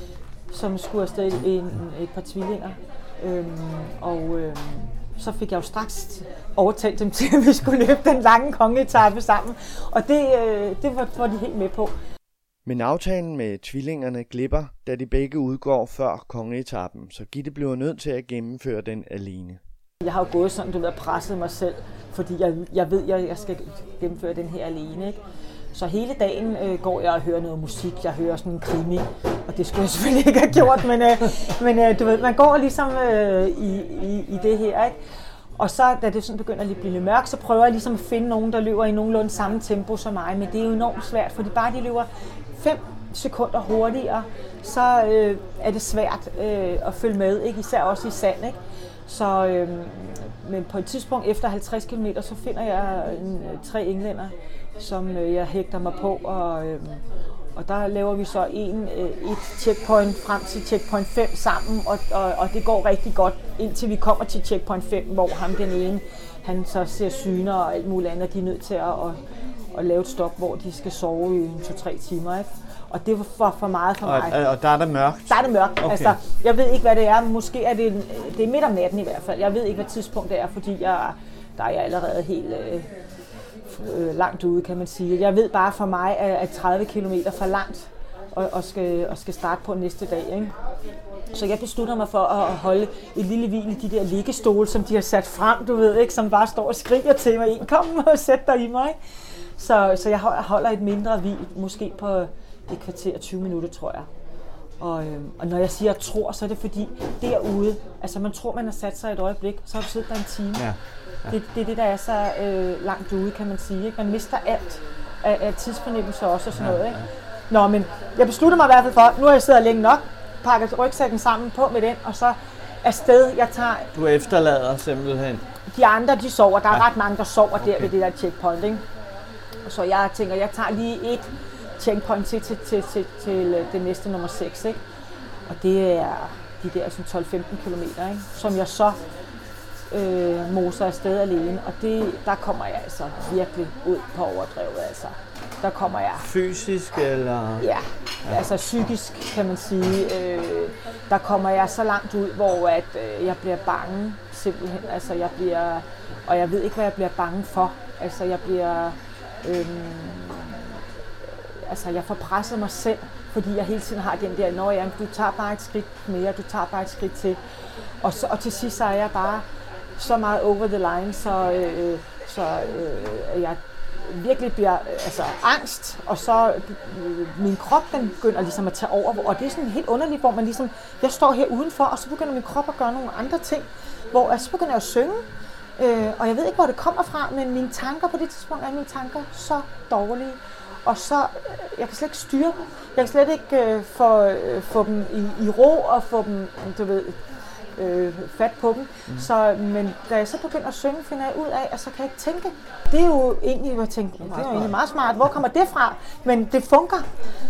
som skulle afsted i en, et par tvillinger. Øhm, og øhm, så fik jeg jo straks overtalt dem til, at vi skulle løbe den lange kongeetape sammen. Og det, øh, det var, var de helt med på. Men aftalen med tvillingerne glipper, da de begge udgår før kongeetappen, så Gitte bliver nødt til at gennemføre den alene. Jeg har jo gået sådan, du ved, presset mig selv, fordi jeg, jeg ved, at jeg skal gennemføre den her alene, ikke? Så hele dagen øh, går jeg og hører noget musik. Jeg hører sådan en krimi, og det skulle jeg selvfølgelig ikke have gjort, men, øh, men øh, du ved, man går ligesom øh, i, i, i det her, ikke? Og så, da det sådan begynder at blive lidt mørkt, så prøver jeg ligesom at finde nogen, der løber i nogenlunde samme tempo som mig, men det er jo enormt svært, fordi bare de løber fem sekunder hurtigere, så øh, er det svært øh, at følge med, ikke? Især også i sand, ikke? Så, øh, men på et tidspunkt efter halvtreds kilometer, så finder jeg en, tre englænder, som øh, jeg hægter mig på, og, øh, og der laver vi så en, øh, et checkpoint frem til checkpoint fem sammen, og, og, og det går rigtig godt, indtil vi kommer til checkpoint fem, hvor ham den ene, han så ser syner og alt muligt andet, og de er nødt til at, at, at lave et stop, hvor de skal sove i to-tre timer, ikke? Og det var for meget for mig. Og, og der er det mørkt? Der er det mørkt. Okay. Altså, jeg ved ikke, hvad det er. Måske er det, det er midt om natten i hvert fald. Jeg ved ikke, hvad tidspunkt det er, fordi jeg, der er jeg allerede helt øh, øh, langt ude, kan man sige. Jeg ved bare for mig, at tredive kilometer for langt og, og, skal, og skal starte på næste dag, ikke? Så jeg beslutter mig for at holde et lille hvil i de der liggestole, som de har sat frem, du ved, ikke? Som bare står og skriger til mig. Kom og sæt dig i mig. Så, så jeg holder et mindre hvil, måske på et kvarter og tyve minutter, tror jeg. Og, øh, og når jeg siger jeg tror, så er det fordi derude, altså man tror, man har sat sig et øjeblik, så har du siddet der en time. Ja. Ja. Det, det er det, der er så øh, langt ude, kan man sige. Ikke? Man mister alt af, af tidsfornemmelse også og sådan ja, noget. Ikke? Ja. Nå, men jeg beslutter mig i hvert fald for, nu har jeg siddet længe nok, pakket rygsækken sammen på med den, og så afsted, jeg tager... Du efterlader simpelthen? De andre, de sover. Der er ja. ret mange, der sover okay. der ved det der checkpoint, ikke? Så jeg tænker, jeg tager lige et checkpoint til, til, til, til, til det næste nummer seks, ikke? Og det er de der sådan tolv til femten kilometer, ikke? Som jeg så øh, moser afsted alene. Og det, der kommer jeg altså virkelig ud på overdrevet, altså. Der kommer jeg... Fysisk eller...? Ja, ja. Altså psykisk, kan man sige. Øh, der kommer jeg så langt ud, hvor at, øh, jeg bliver bange, simpelthen. Altså, jeg bliver... Og jeg ved ikke, hvad jeg bliver bange for. Altså, jeg bliver... Øh, altså, jeg får presset mig selv, fordi jeg hele tiden har den der, når jeg, du tager bare et skridt mere, du tager bare et skridt til. Og, så, og til sidst så er jeg bare så meget over the line, så, øh, så øh, jeg virkelig bliver altså, angst, og så øh, min krop, den begynder ligesom at tage over, og det er sådan helt underligt, hvor man ligesom, jeg står her udenfor, og så begynder min krop at gøre nogle andre ting, hvor altså, så begynder jeg at synge, øh, og jeg ved ikke, hvor det kommer fra, men mine tanker på det tidspunkt er mine tanker så dårlige, og så, øh, jeg kan slet ikke styre dem, jeg kan slet ikke øh, få, øh, få dem i, i ro, og få dem, du ved, øh, fat på dem. Mm. Så, men da jeg så begynder at synge, finder jeg ud af, at så kan jeg ikke tænke. Det er jo egentlig, hvor jeg tænker, det er jo egentlig meget smart. Hvor kommer det fra? Men det fungerer.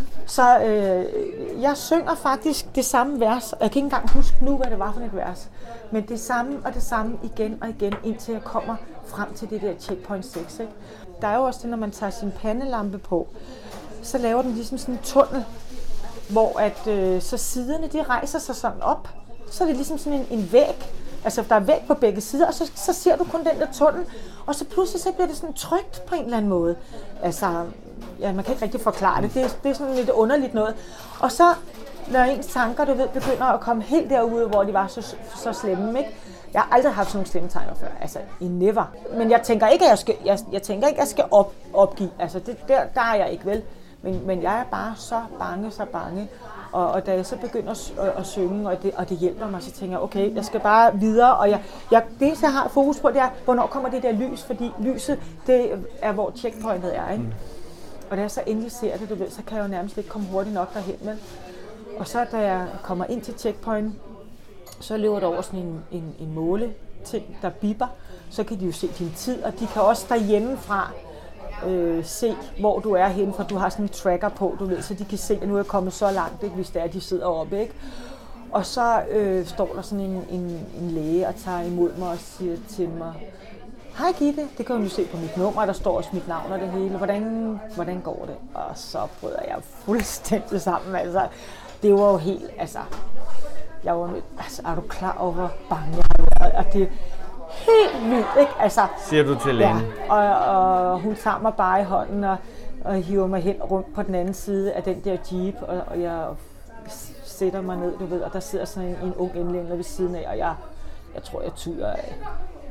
Så øh, jeg synger faktisk det samme vers. Jeg kan ikke engang huske nu, hvad det var for et vers. Men det samme og det samme igen og igen, indtil jeg kommer frem til det der checkpoint seks. Ikke? Der er jo også det, når man tager sin pandelampe på, så laver den ligesom sådan en tunnel, hvor at, øh, så siderne de rejser sig sådan op. Så er det ligesom sådan en, en væg, altså der er væg på begge sider, og så, så ser du kun den der tunnel, og så pludselig så bliver det sådan trygt på en eller anden måde. Altså, ja, man kan ikke rigtig forklare det, det, det er sådan lidt underligt noget. Og så, når ens tanker, du ved, begynder at komme helt derude, hvor de var så, så slemme, ikke? Jeg har aldrig haft sådan nogle slemme tanker før, altså i never. Men jeg tænker ikke, at jeg skal, jeg, jeg tænker ikke, at jeg skal op, opgive, altså det, der, der er jeg ikke vel. Men, men jeg er bare så bange, så bange. Og, og da jeg så begynder at, at, at synge, og det, og det hjælper mig, så tænker jeg, okay, jeg skal bare videre. Og jeg, jeg, det, jeg har fokus på, det er, hvornår kommer det der lys? Fordi lyset, det er, hvor checkpointet er, ikke? Mm. Og da jeg så endelig ser det, du ved, så kan jeg jo nærmest ikke komme hurtigt nok derhen med. Og så da jeg kommer ind til checkpointen, så løber der over sådan en, en, en måleting, der bipper. Så kan de jo se din tid, og de kan også derhjemmefra Øh, se, hvor du er henne, for du har sådan en tracker på, du ved, så de kan se, at nu er jeg kommet så langt, ikke, hvis det er, at de sidder oppe, ikke? Og så øh, står der sådan en, en, en læge og tager imod mig og siger til mig, hej Gitte, det kan du jo se på mit nummer, der står også mit navn og det hele, hvordan, hvordan går det? Og så bryder jeg fuldstændig sammen, altså, det var jo helt, altså, jeg var, altså, er du klar over, hvor bange jeg har været, og det helt vildt, ikke? Altså, siger du til lægen? Ja, og, og hun tager mig bare i hånden og, og hiver mig hen rundt på den anden side af den der jeep, og, og jeg sætter mig ned, du ved, og der sidder sådan en, en ung englænder ved siden af, og jeg, jeg tror, jeg tuder af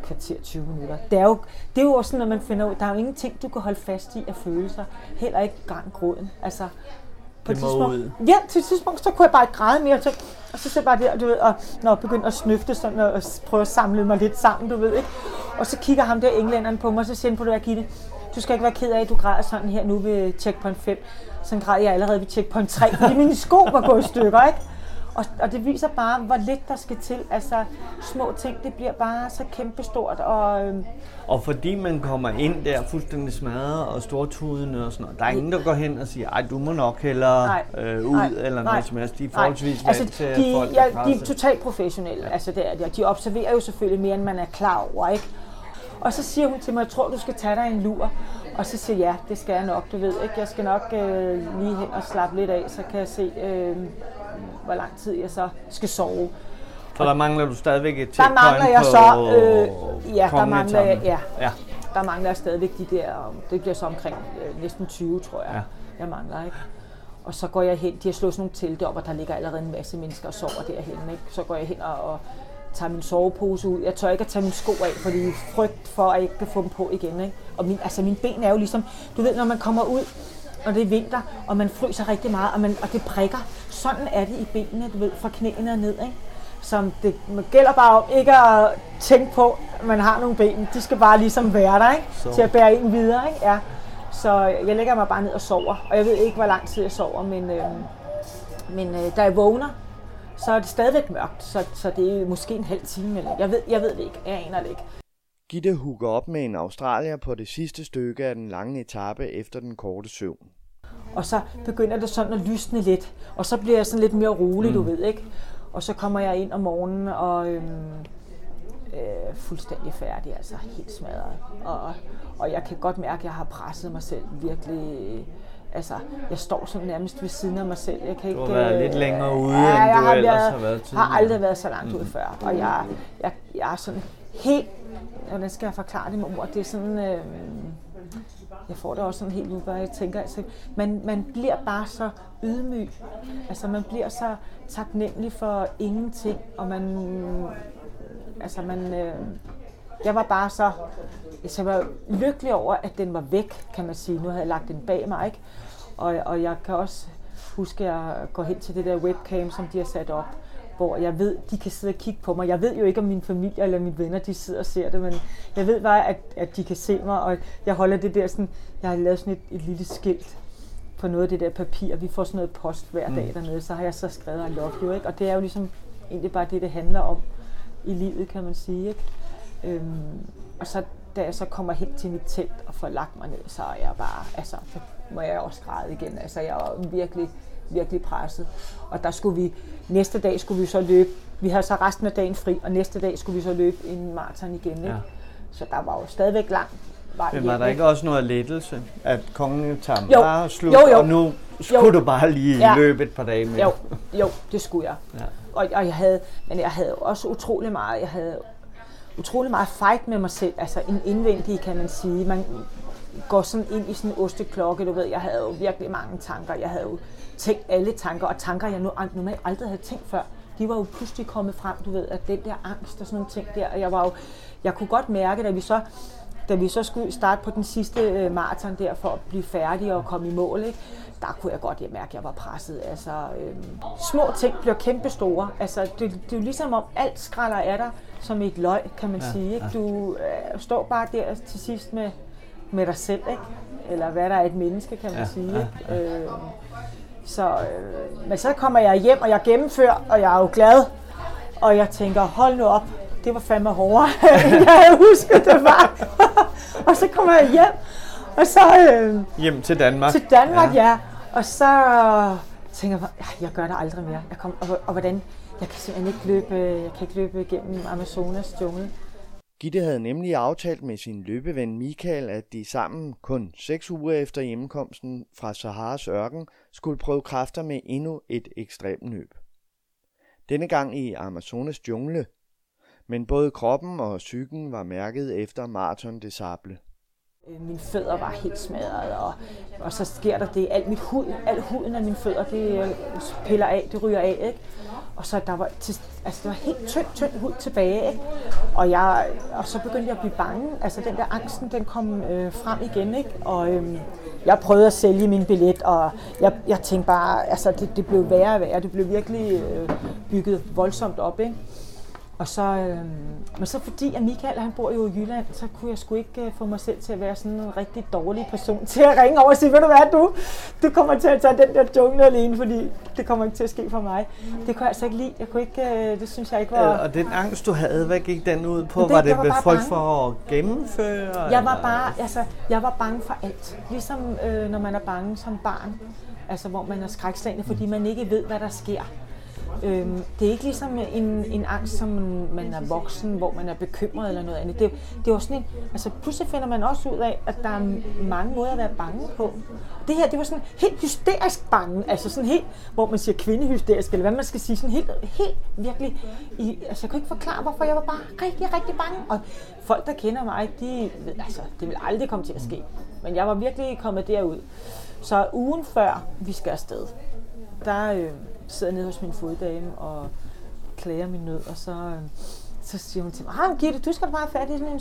kvarter, tyve minutter. Det er jo, det er jo også sådan, når man finder ud, der er jo ingenting, du kan holde fast i af følelser. Heller ikke gang gråden. Altså, på det må ud. Ja, til et tidspunkt, så kunne jeg bare ikke græde mere. Så, og så så bare der, du ved, og når jeg begyndte at snøfte sådan, og prøve at samle mig lidt sammen, du ved, ikke? Og så kigger ham der englænderen på mig, og så siger han på det, Gitte, du skal ikke være ked af, at du græder sådan her nu ved checkpoint fem. Sådan græd jeg allerede ved checkpoint tre, fordi mine sko var gået i stykker, ikke? Og, og det viser bare, hvor lidt der skal til. Altså, små ting, det bliver bare så kæmpestort. Og, øhm, og fordi man kommer ind der fuldstændig smadret og stortudende og sådan noget, der er ingen, der går hen og siger, ej, du må nok hellere nej, øh, ud nej, eller noget som helst. De er forholdsvis vant altså, til, de, folk ja, de er totalt professionelle. Ja. Altså, det er de. De observerer jo selvfølgelig mere, end man er klar over, ikke? Og så siger hun til mig, jeg tror, du skal tage dig en lur. Og så siger jeg, ja, det skal jeg nok, du ved ikke. Jeg skal nok øh, lige hen og slappe lidt af, så kan jeg se, øh, hvor lang tid jeg så skal sove. For der mangler du stadigvæk et checkpoint på Der mangler jeg så, øh, ja, der mangler jeg, ja, ja, der mangler jeg stadigvæk de der, det bliver så omkring øh, næsten tyve, tror jeg, ja. Jeg mangler, ikke? Og så går jeg hen, de har slået sådan nogle telte op, og der ligger allerede en masse mennesker og sover derhen, ikke? Så går jeg hen og, og tager min sovepose ud. Jeg tør ikke at tage mine sko af, fordi frygt for, at jeg ikke kan få dem på igen, ikke? Og min, altså mine ben er jo ligesom, du ved, når man kommer ud, og det er vinter, og man fryser rigtig meget, og, man, og det prikker. Sådan er det i benene, du ved, fra knæene og ned, ikke? Som det gælder bare om ikke at tænke på, at man har nogle ben. De skal bare ligesom være der, ikke? Så. Til at bære en videre, ikke? Ja. Så jeg lægger mig bare ned og sover, og jeg ved ikke, hvor lang tid jeg sover, men, øh, men øh, da jeg vågner, så er det stadigvæk mørkt, så, så det er måske en halv time, eller jeg ved, jeg ved det ikke, jeg aner det ikke. Gitte hooker op med en australier på det sidste stykke af den lange etape efter den korte søvn. Og så begynder det sådan at lysne lidt, og så bliver jeg sådan lidt mere rolig, mm. du ved, ikke? Og så kommer jeg ind om morgenen og øhm, øh, fuldstændig færdig, altså helt smadret. Og, og jeg kan godt mærke, at jeg har presset mig selv virkelig. Altså, jeg står sådan nærmest ved siden af mig selv. Jeg kan ikke, du har været øh, lidt længere ude, ja, end du har ellers været, har været tidligere. Jeg har aldrig været så langt mm. ude før, og jeg, jeg, jeg er sådan helt, hvordan skal jeg forklare det med ord, det er sådan, øh, jeg får det også sådan helt ud, hvor jeg tænker, altså, man, man bliver bare så ydmyg, altså man bliver så taknemmelig for ingenting, og man, altså man, øh, jeg var bare så, altså jeg var lykkelig over, at den var væk, kan man sige. Nu havde jeg lagt den bag mig, ikke? Og, og jeg kan også huske, at jeg går hen til det der webcam, som de har sat op, hvor jeg ved, de kan sidde og kigge på mig. Jeg ved jo ikke, om min familie eller mine venner, de sidder og ser det, men jeg ved bare, at, at de kan se mig, og jeg holder det der sådan, jeg har lavet sådan et, et lille skilt på noget af det der papir. Vi får sådan noget post hver dag dernede, så har jeg så skrevet I love you, ikke? Og det er jo ligesom egentlig bare det, det handler om i livet, kan man sige, ikke? Øhm, og så da jeg så kommer hen til mit telt og får lagt mig ned, så er jeg bare, altså, så må jeg også græde igen. Altså, jeg var virkelig, virkelig presset. Og der skulle vi, næste dag skulle vi så løbe, vi havde så resten af dagen fri, og næste dag skulle vi så løbe en maraton igen, ikke? Ja. Så der var jo stadigvæk lang vej hjem. Men var der ikke også noget lettelse, at kongen tager jo. bare slut, jo, jo. og nu skulle jo. du bare lige ja. løbe et par dage mere? Jo, jo, det skulle jeg. Ja. Og, og jeg havde, men jeg havde også utrolig meget, jeg havde utrolig meget fight med mig selv, altså en indvendig, kan man sige. Man går sådan ind i sådan en osteklokke, du ved, jeg havde jo virkelig mange tanker. Jeg havde jo tænkt alle tanker, og tanker, jeg nu normalt aldrig havde tænkt før. De var jo pludselig kommet frem, du ved, at den der angst og sådan nogle ting der, og jeg var jo, jeg kunne godt mærke, da vi så, da vi så skulle starte på den sidste maraton der, for at blive færdige og komme i mål, ikke? Der kunne jeg godt mærke, at jeg var presset. Altså, øhm, små ting bliver kæmpe store. Altså, det, det er jo ligesom om alt skræller af dig som et løg, kan man ja, sige. Ikke? Ja. Du øh, står bare der til sidst med, med dig selv, ikke? Eller hvad der er et menneske, kan man ja, sige. Ikke? Ja, ja. Øh, så, øh, men så kommer jeg hjem, og jeg gennemfører, og jeg er jo glad. Og jeg tænker, hold nu op, det var fandme hårdere, end jeg havde husket, det var. Og så kommer jeg hjem. Og så, øh, hjem til Danmark. Til Danmark, ja. ja. Og så øh, tænker jeg, ja, jeg gør det aldrig mere. Jeg kom, og, og hvordan? Jeg kan simpelthen ikke løbe, jeg kan ikke løbe gennem Amazonas jungle. Gitte havde nemlig aftalt med sin løbeven Michael, at de sammen kun seks uger efter hjemkomsten fra Saharas ørken skulle prøve kræfter med endnu et ekstremt løb. Denne gang i Amazonas jungle. Men både kroppen og psyken var mærket efter Marathon des Sables. Mine fødder var helt smadret, og, og så sker der det, alt mit hud, al huden af mine fødder, det piller af, det ryger af, ikke? Og så der var, til, altså, der var helt tynd, tynd hud tilbage, ikke? Og, jeg, og så begyndte jeg at blive bange. Altså den der angsten, den kom øh, frem igen, ikke? Og øh, jeg prøvede at sælge min billet, og jeg, jeg tænkte bare, altså det, det blev værre og værre. Det blev virkelig øh, bygget voldsomt op, ikke? Og så, øh, men så fordi at Michael, han bor jo i Jylland, så kunne jeg sgu ikke øh, få mig selv til at være sådan en rigtig dårlig person til at ringe over og sige, ved du hvad, du, du kommer til at tage den der jungle alene, fordi det kommer ikke til at ske for mig. Det kunne jeg altså ikke lide. Jeg kunne ikke, øh, det synes jeg ikke var... Og den angst, du havde, hvad gik den ud på? Det, var det med frygt for at gennemføre? Jeg var bare, altså, jeg var bange for alt. Ligesom øh, når man er bange som barn, altså hvor man er skrækslagen, fordi man ikke ved, hvad der sker. Øhm, det er ikke ligesom en, en angst, som man er voksen, hvor man er bekymret eller noget andet. Det, det var sådan en, altså pludselig finder man også ud af, at der er mange måder at være bange på. Det her, det var sådan helt hysterisk bange, altså sådan helt, hvor man siger kvindehysterisk, eller hvad man skal sige, sådan helt, helt virkelig, i, altså jeg kunne ikke forklare, hvorfor jeg var bare rigtig, rigtig bange. Og folk, der kender mig, de, altså det vil aldrig komme til at ske. Men jeg var virkelig kommet derud. Så ugen før vi skal afsted, der øh, sidder jeg nede hos min foddame og klager min nød, og så, øh, så siger hun til mig, ah, Gitte, du skal da bare fat i sådan en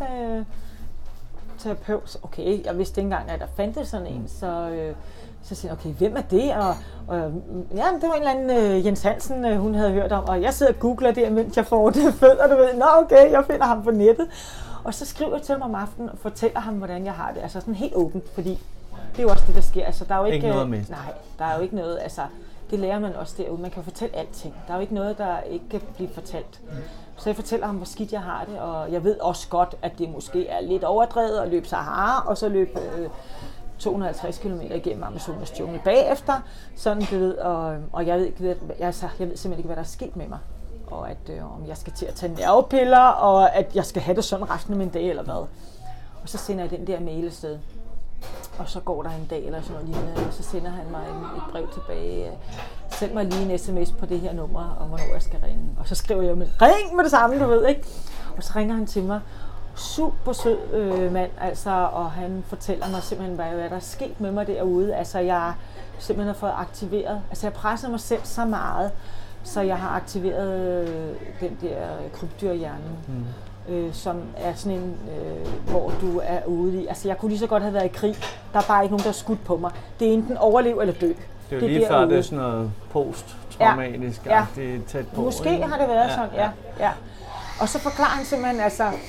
sportsterapeut. Okay, jeg vidste ikke engang, at der fandtes sådan en, så, øh, så siger jeg, okay, hvem er det? Og, og ja, det var en eller anden øh, Jens Hansen, øh, hun havde hørt om, og jeg sidder og googler det, mens jeg får det fødder, du ved, nå okay, jeg finder ham på nettet. Og så skriver jeg til ham om aftenen og fortæller ham, hvordan jeg har det, altså sådan helt åbent, fordi det er jo også det, der sker. Altså, der er jo ikke, ikke noget med. Nej, der er jo ikke noget, altså, det lærer man også derude. Man kan fortælle alting. Der er jo ikke noget, der ikke kan blive fortalt. Mm. Så jeg fortæller ham, hvor skidt jeg har det, og jeg ved også godt, at det måske er lidt overdrevet at løbe Sahara, og så løbe øh, to hundrede og halvtreds kilometer igennem Amazonas jungle bagefter. Sådan, du ved, og, og jeg, ved, jeg, altså, jeg ved simpelthen ikke, hvad der er sket med mig. Og at øh, om jeg skal til at tage nervepiller, og at jeg skal have det sådan resten af min dag, eller hvad. Og så sender jeg den der mail afsted. Og så går der en dag eller sådan noget lignende, og så sender han mig et brev tilbage. Send mig lige en sms på det her nummer, og hvornår jeg skal ringe. Og så skriver jeg med, ring med det samme, du ved, ikke? Og så ringer han til mig. Super sød øh, mand, altså, og han fortæller mig simpelthen, hvad, hvad der er sket med mig derude. Altså, jeg simpelthen har fået aktiveret, altså jeg presser mig selv så meget, så jeg har aktiveret øh, den der krybdyrhjerne. Mm. Øh, som er sådan en, øh, hvor du er ude i. Altså, jeg kunne lige så godt have været i krig. Der er bare ikke nogen, der er skudt på mig. Det er enten overlev eller dø. Det er jo lige før, det er sådan noget post-traumatisk, ja. Ja. Tæt på. Måske ikke? Har det været ja, sådan, ja. ja. Og så forklarer han simpelthen, altså, øh,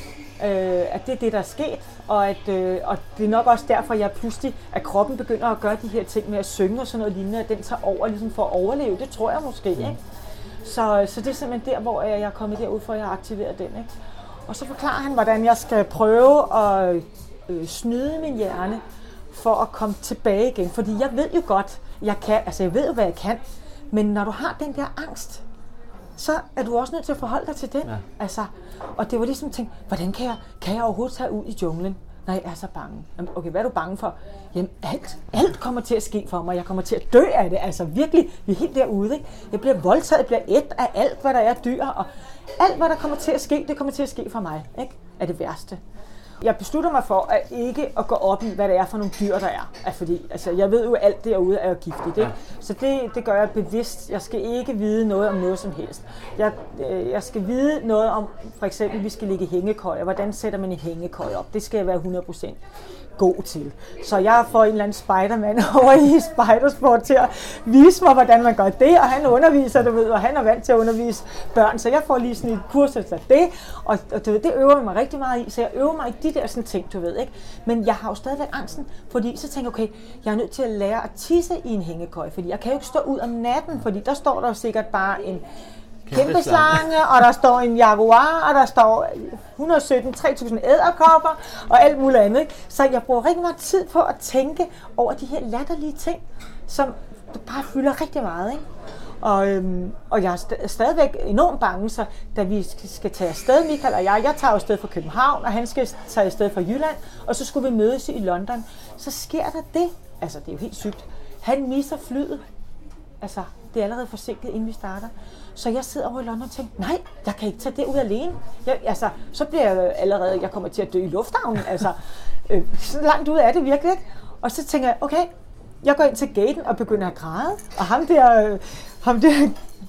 at det er det, der er sket, og, at, øh, og det er nok også derfor, jeg pludselig, at kroppen begynder at gøre de her ting med at synge og sådan noget lignende, at den tager over ligesom for at overleve. Det tror jeg måske, mm. ikke? Så, så det er simpelthen der, hvor jeg er kommet derud, for at jeg har aktiveret den, ikke? Og så forklarer han, hvordan jeg skal prøve at øh, snyde min hjerne for at komme tilbage igen. Fordi jeg ved jo godt, jeg kan, altså jeg ved jo, hvad jeg kan. Men når du har den der angst, så er du også nødt til at forholde dig til den. Ja. Altså, og det var ligesom at tænke, hvordan kan jeg, kan jeg overhovedet tage ud i junglen, når jeg er så bange? Okay, hvad er du bange for? Jamen alt, alt kommer til at ske for mig. Jeg kommer til at dø af det. Altså virkelig, vi er helt derude, ikke? Jeg bliver voldtaget, jeg bliver et af alt, hvad der er dyr. Og alt, hvad der kommer til at ske, det kommer til at ske for mig, ikke? Er det værste. Jeg beslutter mig for at ikke at gå op i, hvad det er for nogle dyr, der er. Altså, fordi altså, jeg ved jo, at alt derude er giftigt, ikke? Så det, det gør jeg bevidst. Jeg skal ikke vide noget om noget som helst. Jeg, øh, jeg skal vide noget om, for eksempel, vi skal ligge i hængekøjer. Hvordan sætter man en hængekøj op? Det skal jeg være hundrede procent god til. Så jeg får en eller anden spiderman over i Spidersport til at vise mig, hvordan man gør det, og han underviser, du ved, og han er vant til at undervise børn, så jeg får lige sådan et kursus af det, og, og du ved, det øver jeg mig rigtig meget i, så jeg øver mig i de der sådan ting, du ved, ikke? Men jeg har jo stadigvæk angsten, fordi så tænker jeg, okay, jeg er nødt til at lære at tisse i en hængekøj, fordi jeg kan jo ikke stå ud om natten, fordi der står der jo sikkert bare en kæmpe slange, og der står en jaguar, og der står et hundrede og sytten, tre tusind edderkopper, og alt muligt andet. Ikke? Så jeg bruger rigtig meget tid på at tænke over de her latterlige ting, som bare fylder rigtig meget. Ikke? Og, øhm, og jeg er st- stadigvæk enormt bange, så da vi skal tage afsted, Michael og jeg, jeg tager afsted fra København, og han skal tage afsted fra Jylland, og så skulle vi mødes i London, så sker der det. Altså, det er jo helt sygt. Han misser flyet. Altså, det er allerede forsinket, inden vi starter. Så jeg sidder over i London og tænker, nej, jeg kan ikke tage det ud alene. Jeg, altså, så bliver jeg allerede, jeg kommer til at dø i lufthavnen. Altså, øh, så langt ud er det virkelig ikke. Og så tænker jeg, okay, jeg går ind til gaten og begynder at græde. Og ham der, øh, ham der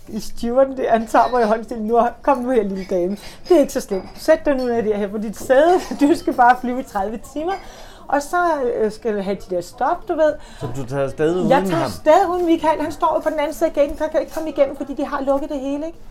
stewarden der, han tager mig i håndstillingen, nu kom nu her, lille dame. Det er ikke så slemt. Sæt dig nu ned der her på dit sæde, du skal bare flyve i tredive timer. Og så skal du have de der stop, du ved. Så du tager afsted uden ham? Jeg tager ham? afsted uden Michael. Han står jo på den anden side af gaten, han kan ikke komme igennem, fordi de har lukket det hele, ikke?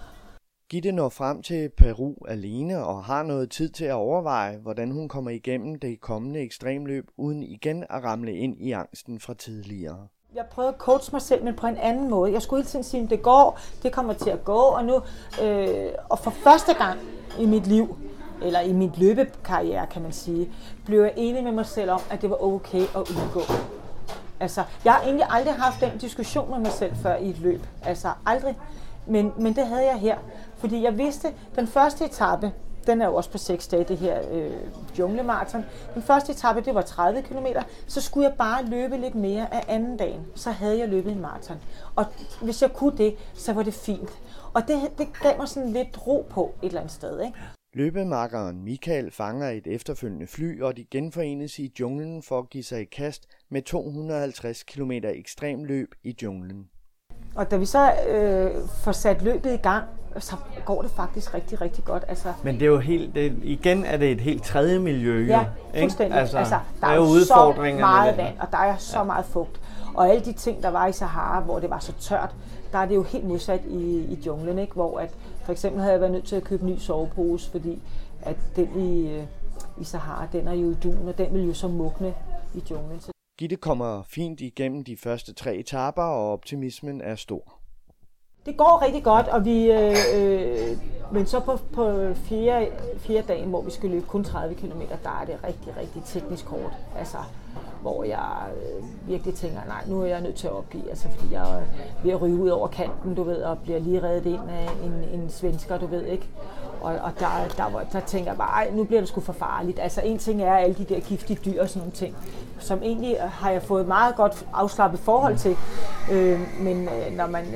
Gitte når frem til Peru alene og har noget tid til at overveje, hvordan hun kommer igennem det kommende ekstremløb, uden igen at ramle ind i angsten fra tidligere. Jeg prøvede at coache mig selv, men på en anden måde. Jeg skulle hele tiden sige, at det går, det kommer til at gå, og nu, øh, og for første gang i mit liv, eller i min løbekarriere, kan man sige, blev jeg enig med mig selv om, at det var okay at udgå. Altså, jeg har egentlig aldrig haft den diskussion med mig selv før i et løb. Altså, aldrig. Men, men det havde jeg her. Fordi jeg vidste, den første etape, den er jo også på seks dage, det her øh, junglemarathon. Den første etape, det var tredive kilometer. Så skulle jeg bare løbe lidt mere af anden dagen. Så havde jeg løbet en maraton. Og hvis jeg kunne det, så var det fint. Og det, det gav mig sådan lidt ro på et eller andet sted, ikke? Løbemakkeren Michael fanger et efterfølgende fly, og de genforenes i junglen for at give sig i kast med to hundrede og halvtreds kilometer ekstremløb i junglen. Og da vi så øh, får sat løbet i gang, så går det faktisk rigtig, rigtig godt. Altså, men det er jo helt, det, igen er det et helt tredje miljø. Ja, fuldstændig. Altså, altså, der, der er jo jo så meget vand, og der er så ja. meget fugt. Og alle de ting, der var i Sahara, hvor det var så tørt, der er det jo helt modsat i, i junglen, ikke? Hvor at, for eksempel havde jeg været nødt til at købe en ny sovepose, fordi at den i, i Sahara, den er jo i dun, og den vil jo så mugne i junglen. Gitte kommer fint igennem de første tre etaper, og optimismen er stor. Det går rigtig godt, og vi, øh, øh, men så på, på fjerde, fjerde dagen, hvor vi skal løbe kun tredive kilometer, der er det rigtig, rigtig teknisk hårdt. Altså, hvor jeg øh, virkelig tænker, nej, nu er jeg nødt til at opgive, altså, fordi jeg er ved at ryge ud over kanten, du ved, og bliver lige reddet ind af en, en svensker, du ved, ikke? Og, og der, der, der, der tænker jeg bare, ej, nu bliver det sgu for farligt. Altså, en ting er alle de der giftige dyr og sådan nogle ting, som egentlig har jeg fået meget godt afslappet forhold til, øh, men øh, når man... Øh,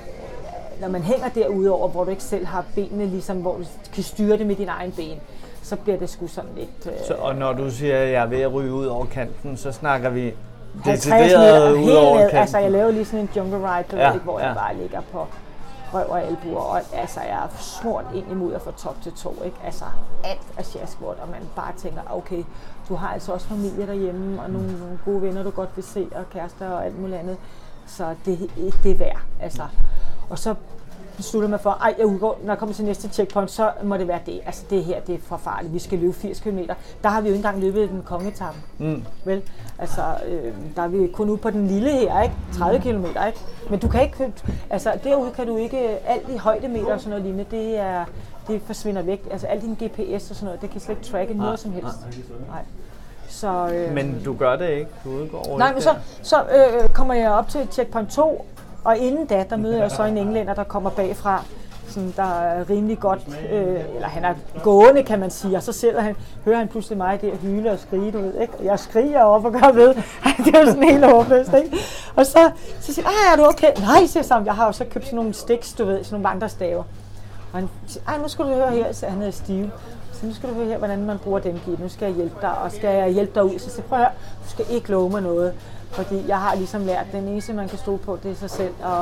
Når man hænger derude over, hvor du ikke selv har benene, ligesom, hvor du kan styre det med dine egne ben, så bliver det sgu sådan lidt... Øh... Så, og når du siger, at jeg er ved at ryge ud over kanten, så snakker vi decideret ud over kanten? Altså, jeg laver lige sådan en jungle ride, du ja, ved, hvor ja. jeg bare ligger på røv og albuer, og altså, jeg er smurt ind i mudder fra top til tå, ikke? Altså, alt er sjaskvort, og man bare tænker, okay, du har altså også familie derhjemme, og nogle, nogle gode venner, du godt vil se, og kærester og alt muligt andet, så det er ikke det værd, altså. Og så beslutter man for, ej, jeg udgår, når jeg kommer til næste checkpoint, så må det være det. Altså det her, det er for farligt. Vi skal løbe firs kilometer. Der har vi jo ikke engang løbet den kongetappen. Mm. Vel? Altså, øh, der er vi kun ude på den lille her, ikke? tredive kilometer, ikke? Men du kan ikke, altså derude kan du ikke, alt i højdemeter og sådan noget lignende, det er, det forsvinder væk. Altså alt din G P S og sådan noget, det kan slet ikke tracke noget ah, som helst. Ah, Nej. Så, øh, men du gør det ikke? Du udgår nej, men så, så øh, kommer jeg op til checkpoint to, og inden da, der møder jeg så en englænder, der kommer bagfra, sådan, der er rimelig godt, øh, eller han er gående, kan man sige, og så sidder han, hører han pludselig mig der hyle og skrige, du ved, ikke? Og jeg skriger op og gør ved, det er jo sådan helt håbløst, ikke? Og så, så siger han, er du okay? Nej, siger jeg, jeg har jo så købt sådan nogle sticks, du ved, sådan nogle vandrestaver. Og han siger, ej, nu skal du høre her, så han hedder Steve. Så nu skal du høre her, hvordan man bruger den gear. Nu skal jeg hjælpe dig, og skal jeg hjælpe dig ud. Så siger prøv at høre, du skal ikke love mig noget. Fordi jeg har ligesom lært, at den eneste, man kan stole på, det er sig selv. Og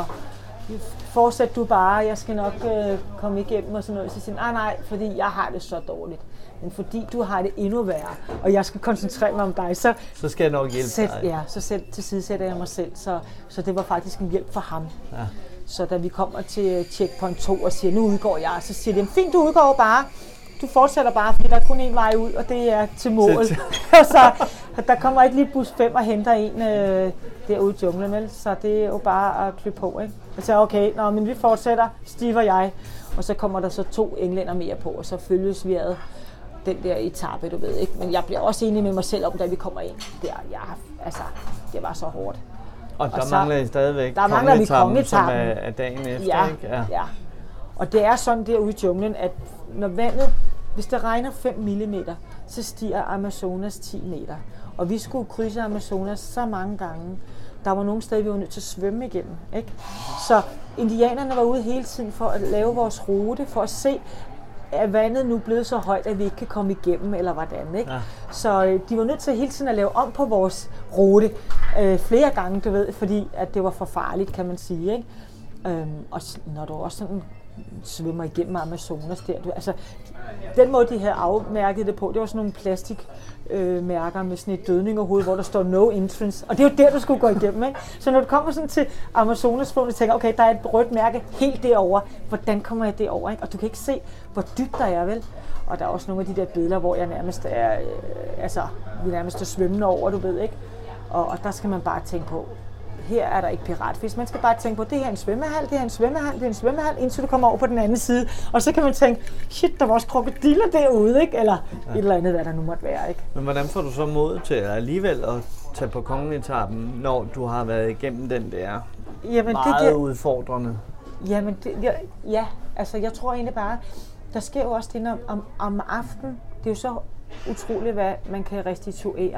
fortsæt du bare, jeg skal nok øh, komme igennem og sådan noget. Så siger nej, nej, fordi jeg har det så dårligt. Men fordi du har det endnu værre, og jeg skal koncentrere mig om dig, så, så skal jeg nok hjælpe sæt, dig. Ja, så selv, til side sætter jeg mig selv. Så, så det var faktisk en hjælp for ham. Ja. Så da vi kommer til checkpoint to og siger, nu udgår jeg, så siger de, fint, du udgår bare. Du fortsætter bare, fordi der er kun én vej ud, og det er til mål. Og så der kommer ikke lige bus fem og henter en øh, derude i junglen, vel? Så det er jo bare at klø på, ikke? Og så okay, nå, men vi fortsætter, Steve og jeg, og så kommer der så to englænder mere på, og så følges vi ad den der etape, du ved, ikke? Men jeg bliver også enig med mig selv om, da vi kommer ind. Der, ja, altså, det var så hårdt. Og der og så, mangler I stadigvæk der mangler vi kongetappen, som er, er dagen efter, ja, ikke? Ja. ja. Og det er sådan derude i junglen, at når vandet, hvis det regner fem millimeter, så stiger Amazonas ti meter. Og vi skulle krydse Amazonas så mange gange. Der var nogle steder, vi var nødt til at svømme igennem, ikke? Så indianerne var ude hele tiden for at lave vores rute, for at se, er vandet nu blevet så højt, at vi ikke kan komme igennem, eller hvordan, ikke? Ja. Så de var nødt til hele tiden at lave om på vores rute øh, flere gange, du ved, fordi at det var for farligt, kan man sige, ikke? Øhm, og når du også sådan svømmer igennem Amazonas der, du, altså den måde de havde afmærket det på, det var sådan nogle plastikmærker øh, med sådan et dødningerhoved, hvor der står no entrance, og det er jo der, du skulle gå igennem, ikke? Så når du kommer sådan til Amazonasfloden, og tænker, okay, der er et rødt mærke helt derovre, hvordan kommer jeg derover, ikke? Og du kan ikke se, hvor dybt der er, vel? Og der er også nogle af de der billeder, hvor jeg nærmest er, øh, altså, vi nærmest er svømmende over, du ved, ikke? Og, og der skal man bare tænke på, her er der ikke piratfisk. Man skal bare tænke på, det her er en svømmehal, det er en svømmehal, det er en svømmehal, indtil du kommer over på den anden side. Og så kan man tænke, shit, der var også krokodiller derude, ikke? Eller ja. Et eller andet, hvad der nu måtte være, ikke? Men hvordan får du så mod til alligevel at tage på kongeetappen, når du har været igennem den der Jamen, meget det, det, udfordrende? Jamen, det, ja, ja, altså jeg tror egentlig bare, der sker jo også det, om, om, om aftenen. Det er jo så utroligt, hvad man kan restituere.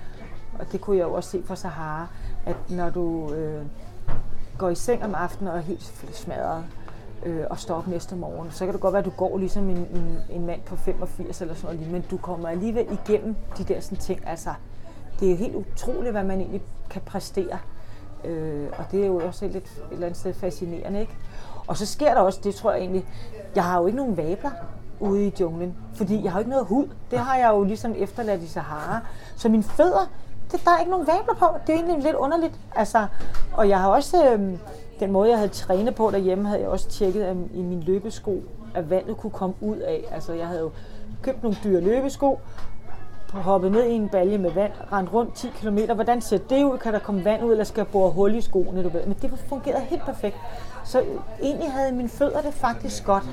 Og det kunne jeg jo også se for Sahara, at når du øh, går i seng om aftenen og er helt smadret øh, og står op næste morgen, så kan det godt være, at du går ligesom en, en, en mand på femogfirs eller sådan noget, men du kommer alligevel igennem de der sådan ting. Altså, det er helt utroligt, hvad man egentlig kan præstere. Øh, og det er jo også lidt et eller andet sted fascinerende, ikke? Og så sker der også, det tror jeg egentlig, jeg har jo ikke nogen vabler ude i junglen, fordi jeg har jo ikke noget hud. Det har jeg jo ligesom efterladt i Sahara. Så mine fødder, det, der er ikke nogen vabler på. Det er egentlig lidt underligt. Altså, og jeg har også, øh, den måde jeg havde trænet på derhjemme, havde jeg også tjekket at i min løbesko, at vandet kunne komme ud af. Altså, jeg havde jo købt nogle dyre løbesko, hoppet ned i en balje med vand, rendt rundt ti kilometer. Hvordan ser det ud? Kan der komme vand ud, eller skal jeg bore hul i skoene? Du ved? Men det fungerede helt perfekt. Så egentlig havde mine fødder det faktisk godt.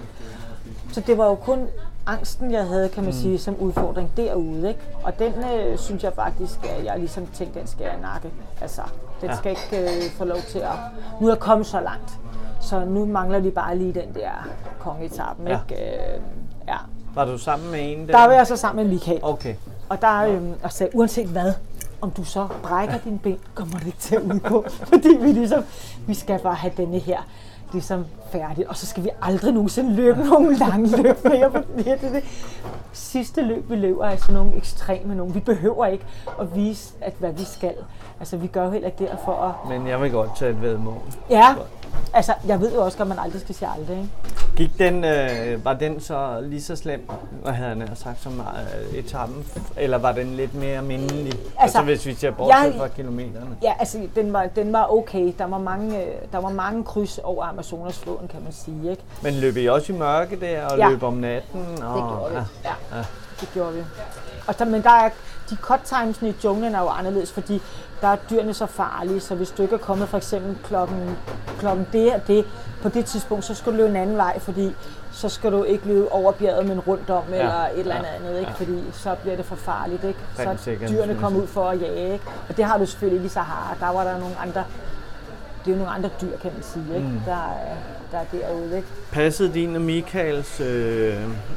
Så det var jo kun angsten, jeg havde, kan man sige, som udfordring derude, ikke? Og den øh, synes jeg faktisk, at jeg ligesom tænkte, den skal jeg nakke. Altså, den ja. skal ikke øh, få lov til at... Nu er jeg kommet så langt, så nu mangler vi bare lige den der kongeetappen, ja. ikke? Øh, ja. Var du sammen med en der? Der var jeg så sammen med Michael. Okay. Og der øh, og sagde, uanset hvad, om du så brækker dine ben, kommer det ikke til at udgå. Fordi vi ligesom, vi skal bare have denne her ligesom færdigt, og så skal vi aldrig nogensinde løbe nogle lange løb mere på det, det, det. Sidste løb, vi løber, er altså nogle ekstreme nogle. Vi behøver ikke at vise, at hvad vi skal. Altså, vi gør jo heller ikke det for at... Men jeg vil godt tage et væddemål. Ja, altså, jeg ved jo også, at man aldrig skal sige aldrig, ikke? Gik den, øh, var den så lige så slem, hvad havde han sagt, som øh, etappen, eller var den lidt mere mindelig? Altså, altså hvis vi ser bortset fra kilometerne? Ja, altså, den var, den var okay. Der var mange, der var mange kryds over Amazonasfloden, kan man sige, ikke? Men løb I også i mørke der, og ja. løb om natten? Og, det gjorde vi, ja. ja. ja. Det gjorde vi. Og der, men der er, de cut times'ene i junglen er jo anderledes, fordi der er dyrene så farlige, så hvis du ikke er kommet for eksempel klokken, klokken det og det, på det tidspunkt, så skal du løbe en anden vej, fordi så skal du ikke løbe over bjerget, men rundt om, ja. eller et eller andet ja. andet, ikke? Ja. Fordi så bliver det for farligt, ikke? Så dyrene kommer ud for at jage, ikke? Og det har du selvfølgelig ikke i Sahara. Der var der nogle andre, det er jo nogle andre dyr, kan man sige, ikke? Mm. Der, der er derude, ikke? Passede din og Michaels øh,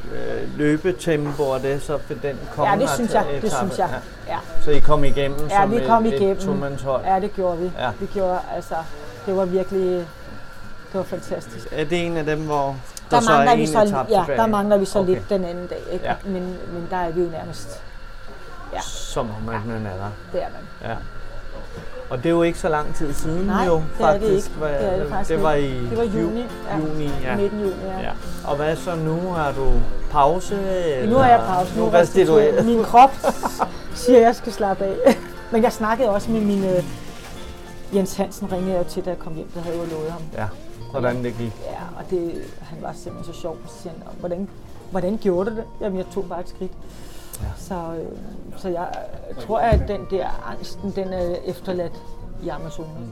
løbetempo og det, så for den kom? Ja, det synes jeg, det synes jeg, ja. ja. Så I kom igennem ja, som vi kom et, igennem. et to-mandshold? Ja, det gjorde vi. Ja. Vi gjorde, altså, det var virkelig, det var fantastisk. Er det en af dem, hvor der, der så er en så, etape ja, tilbage? der mangler vi så okay. lidt den anden dag, ikke? Ja. Men, men der er vi jo nærmest, ja. Som om man ja. er der. Det er man. Ja. Og det er jo ikke så lang tid siden, Nej, jo, det faktisk. Er det, ikke. Var, det er det faktisk det var i, det var juni, ja. juni ja. midten juni, ja. ja. Og hvad så nu? Har du pause? Eller? Nu har jeg pause. Nu restituerer min krop, siger jeg skal slappe af. Men jeg snakkede også med min uh, Jens Hansen, ringede jeg jo til, da jeg kom hjem. Det havde jeg jo lovet ham. Ja, hvordan det gik. Ja, og det, han var simpelthen så sjov. Så siger han, hvordan, hvordan gjorde du det? Jamen, jeg tog bare et skridt. Ja. Så, øh, så jeg tror, at den der angsten, den er efterladt i Amazonas. Mm.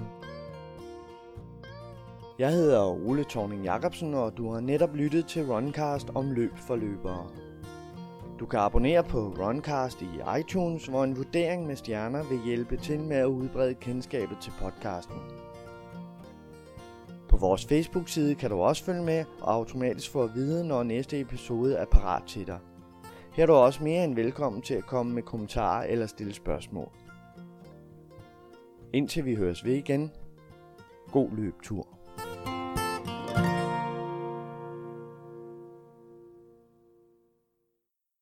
Jeg hedder Ole Thorning Jacobsen, og du har netop lyttet til Runcast om løb for løbere. Du kan abonnere på Runcast i iTunes, hvor en vurdering med stjerner vil hjælpe til med at udbrede kendskabet til podcasten. På vores Facebook-side kan du også følge med og automatisk få at vide, når næste episode er parat til dig. Her er du også mere end velkommen til at komme med kommentarer eller stille spørgsmål. Indtil vi høres ved igen. God løbetur.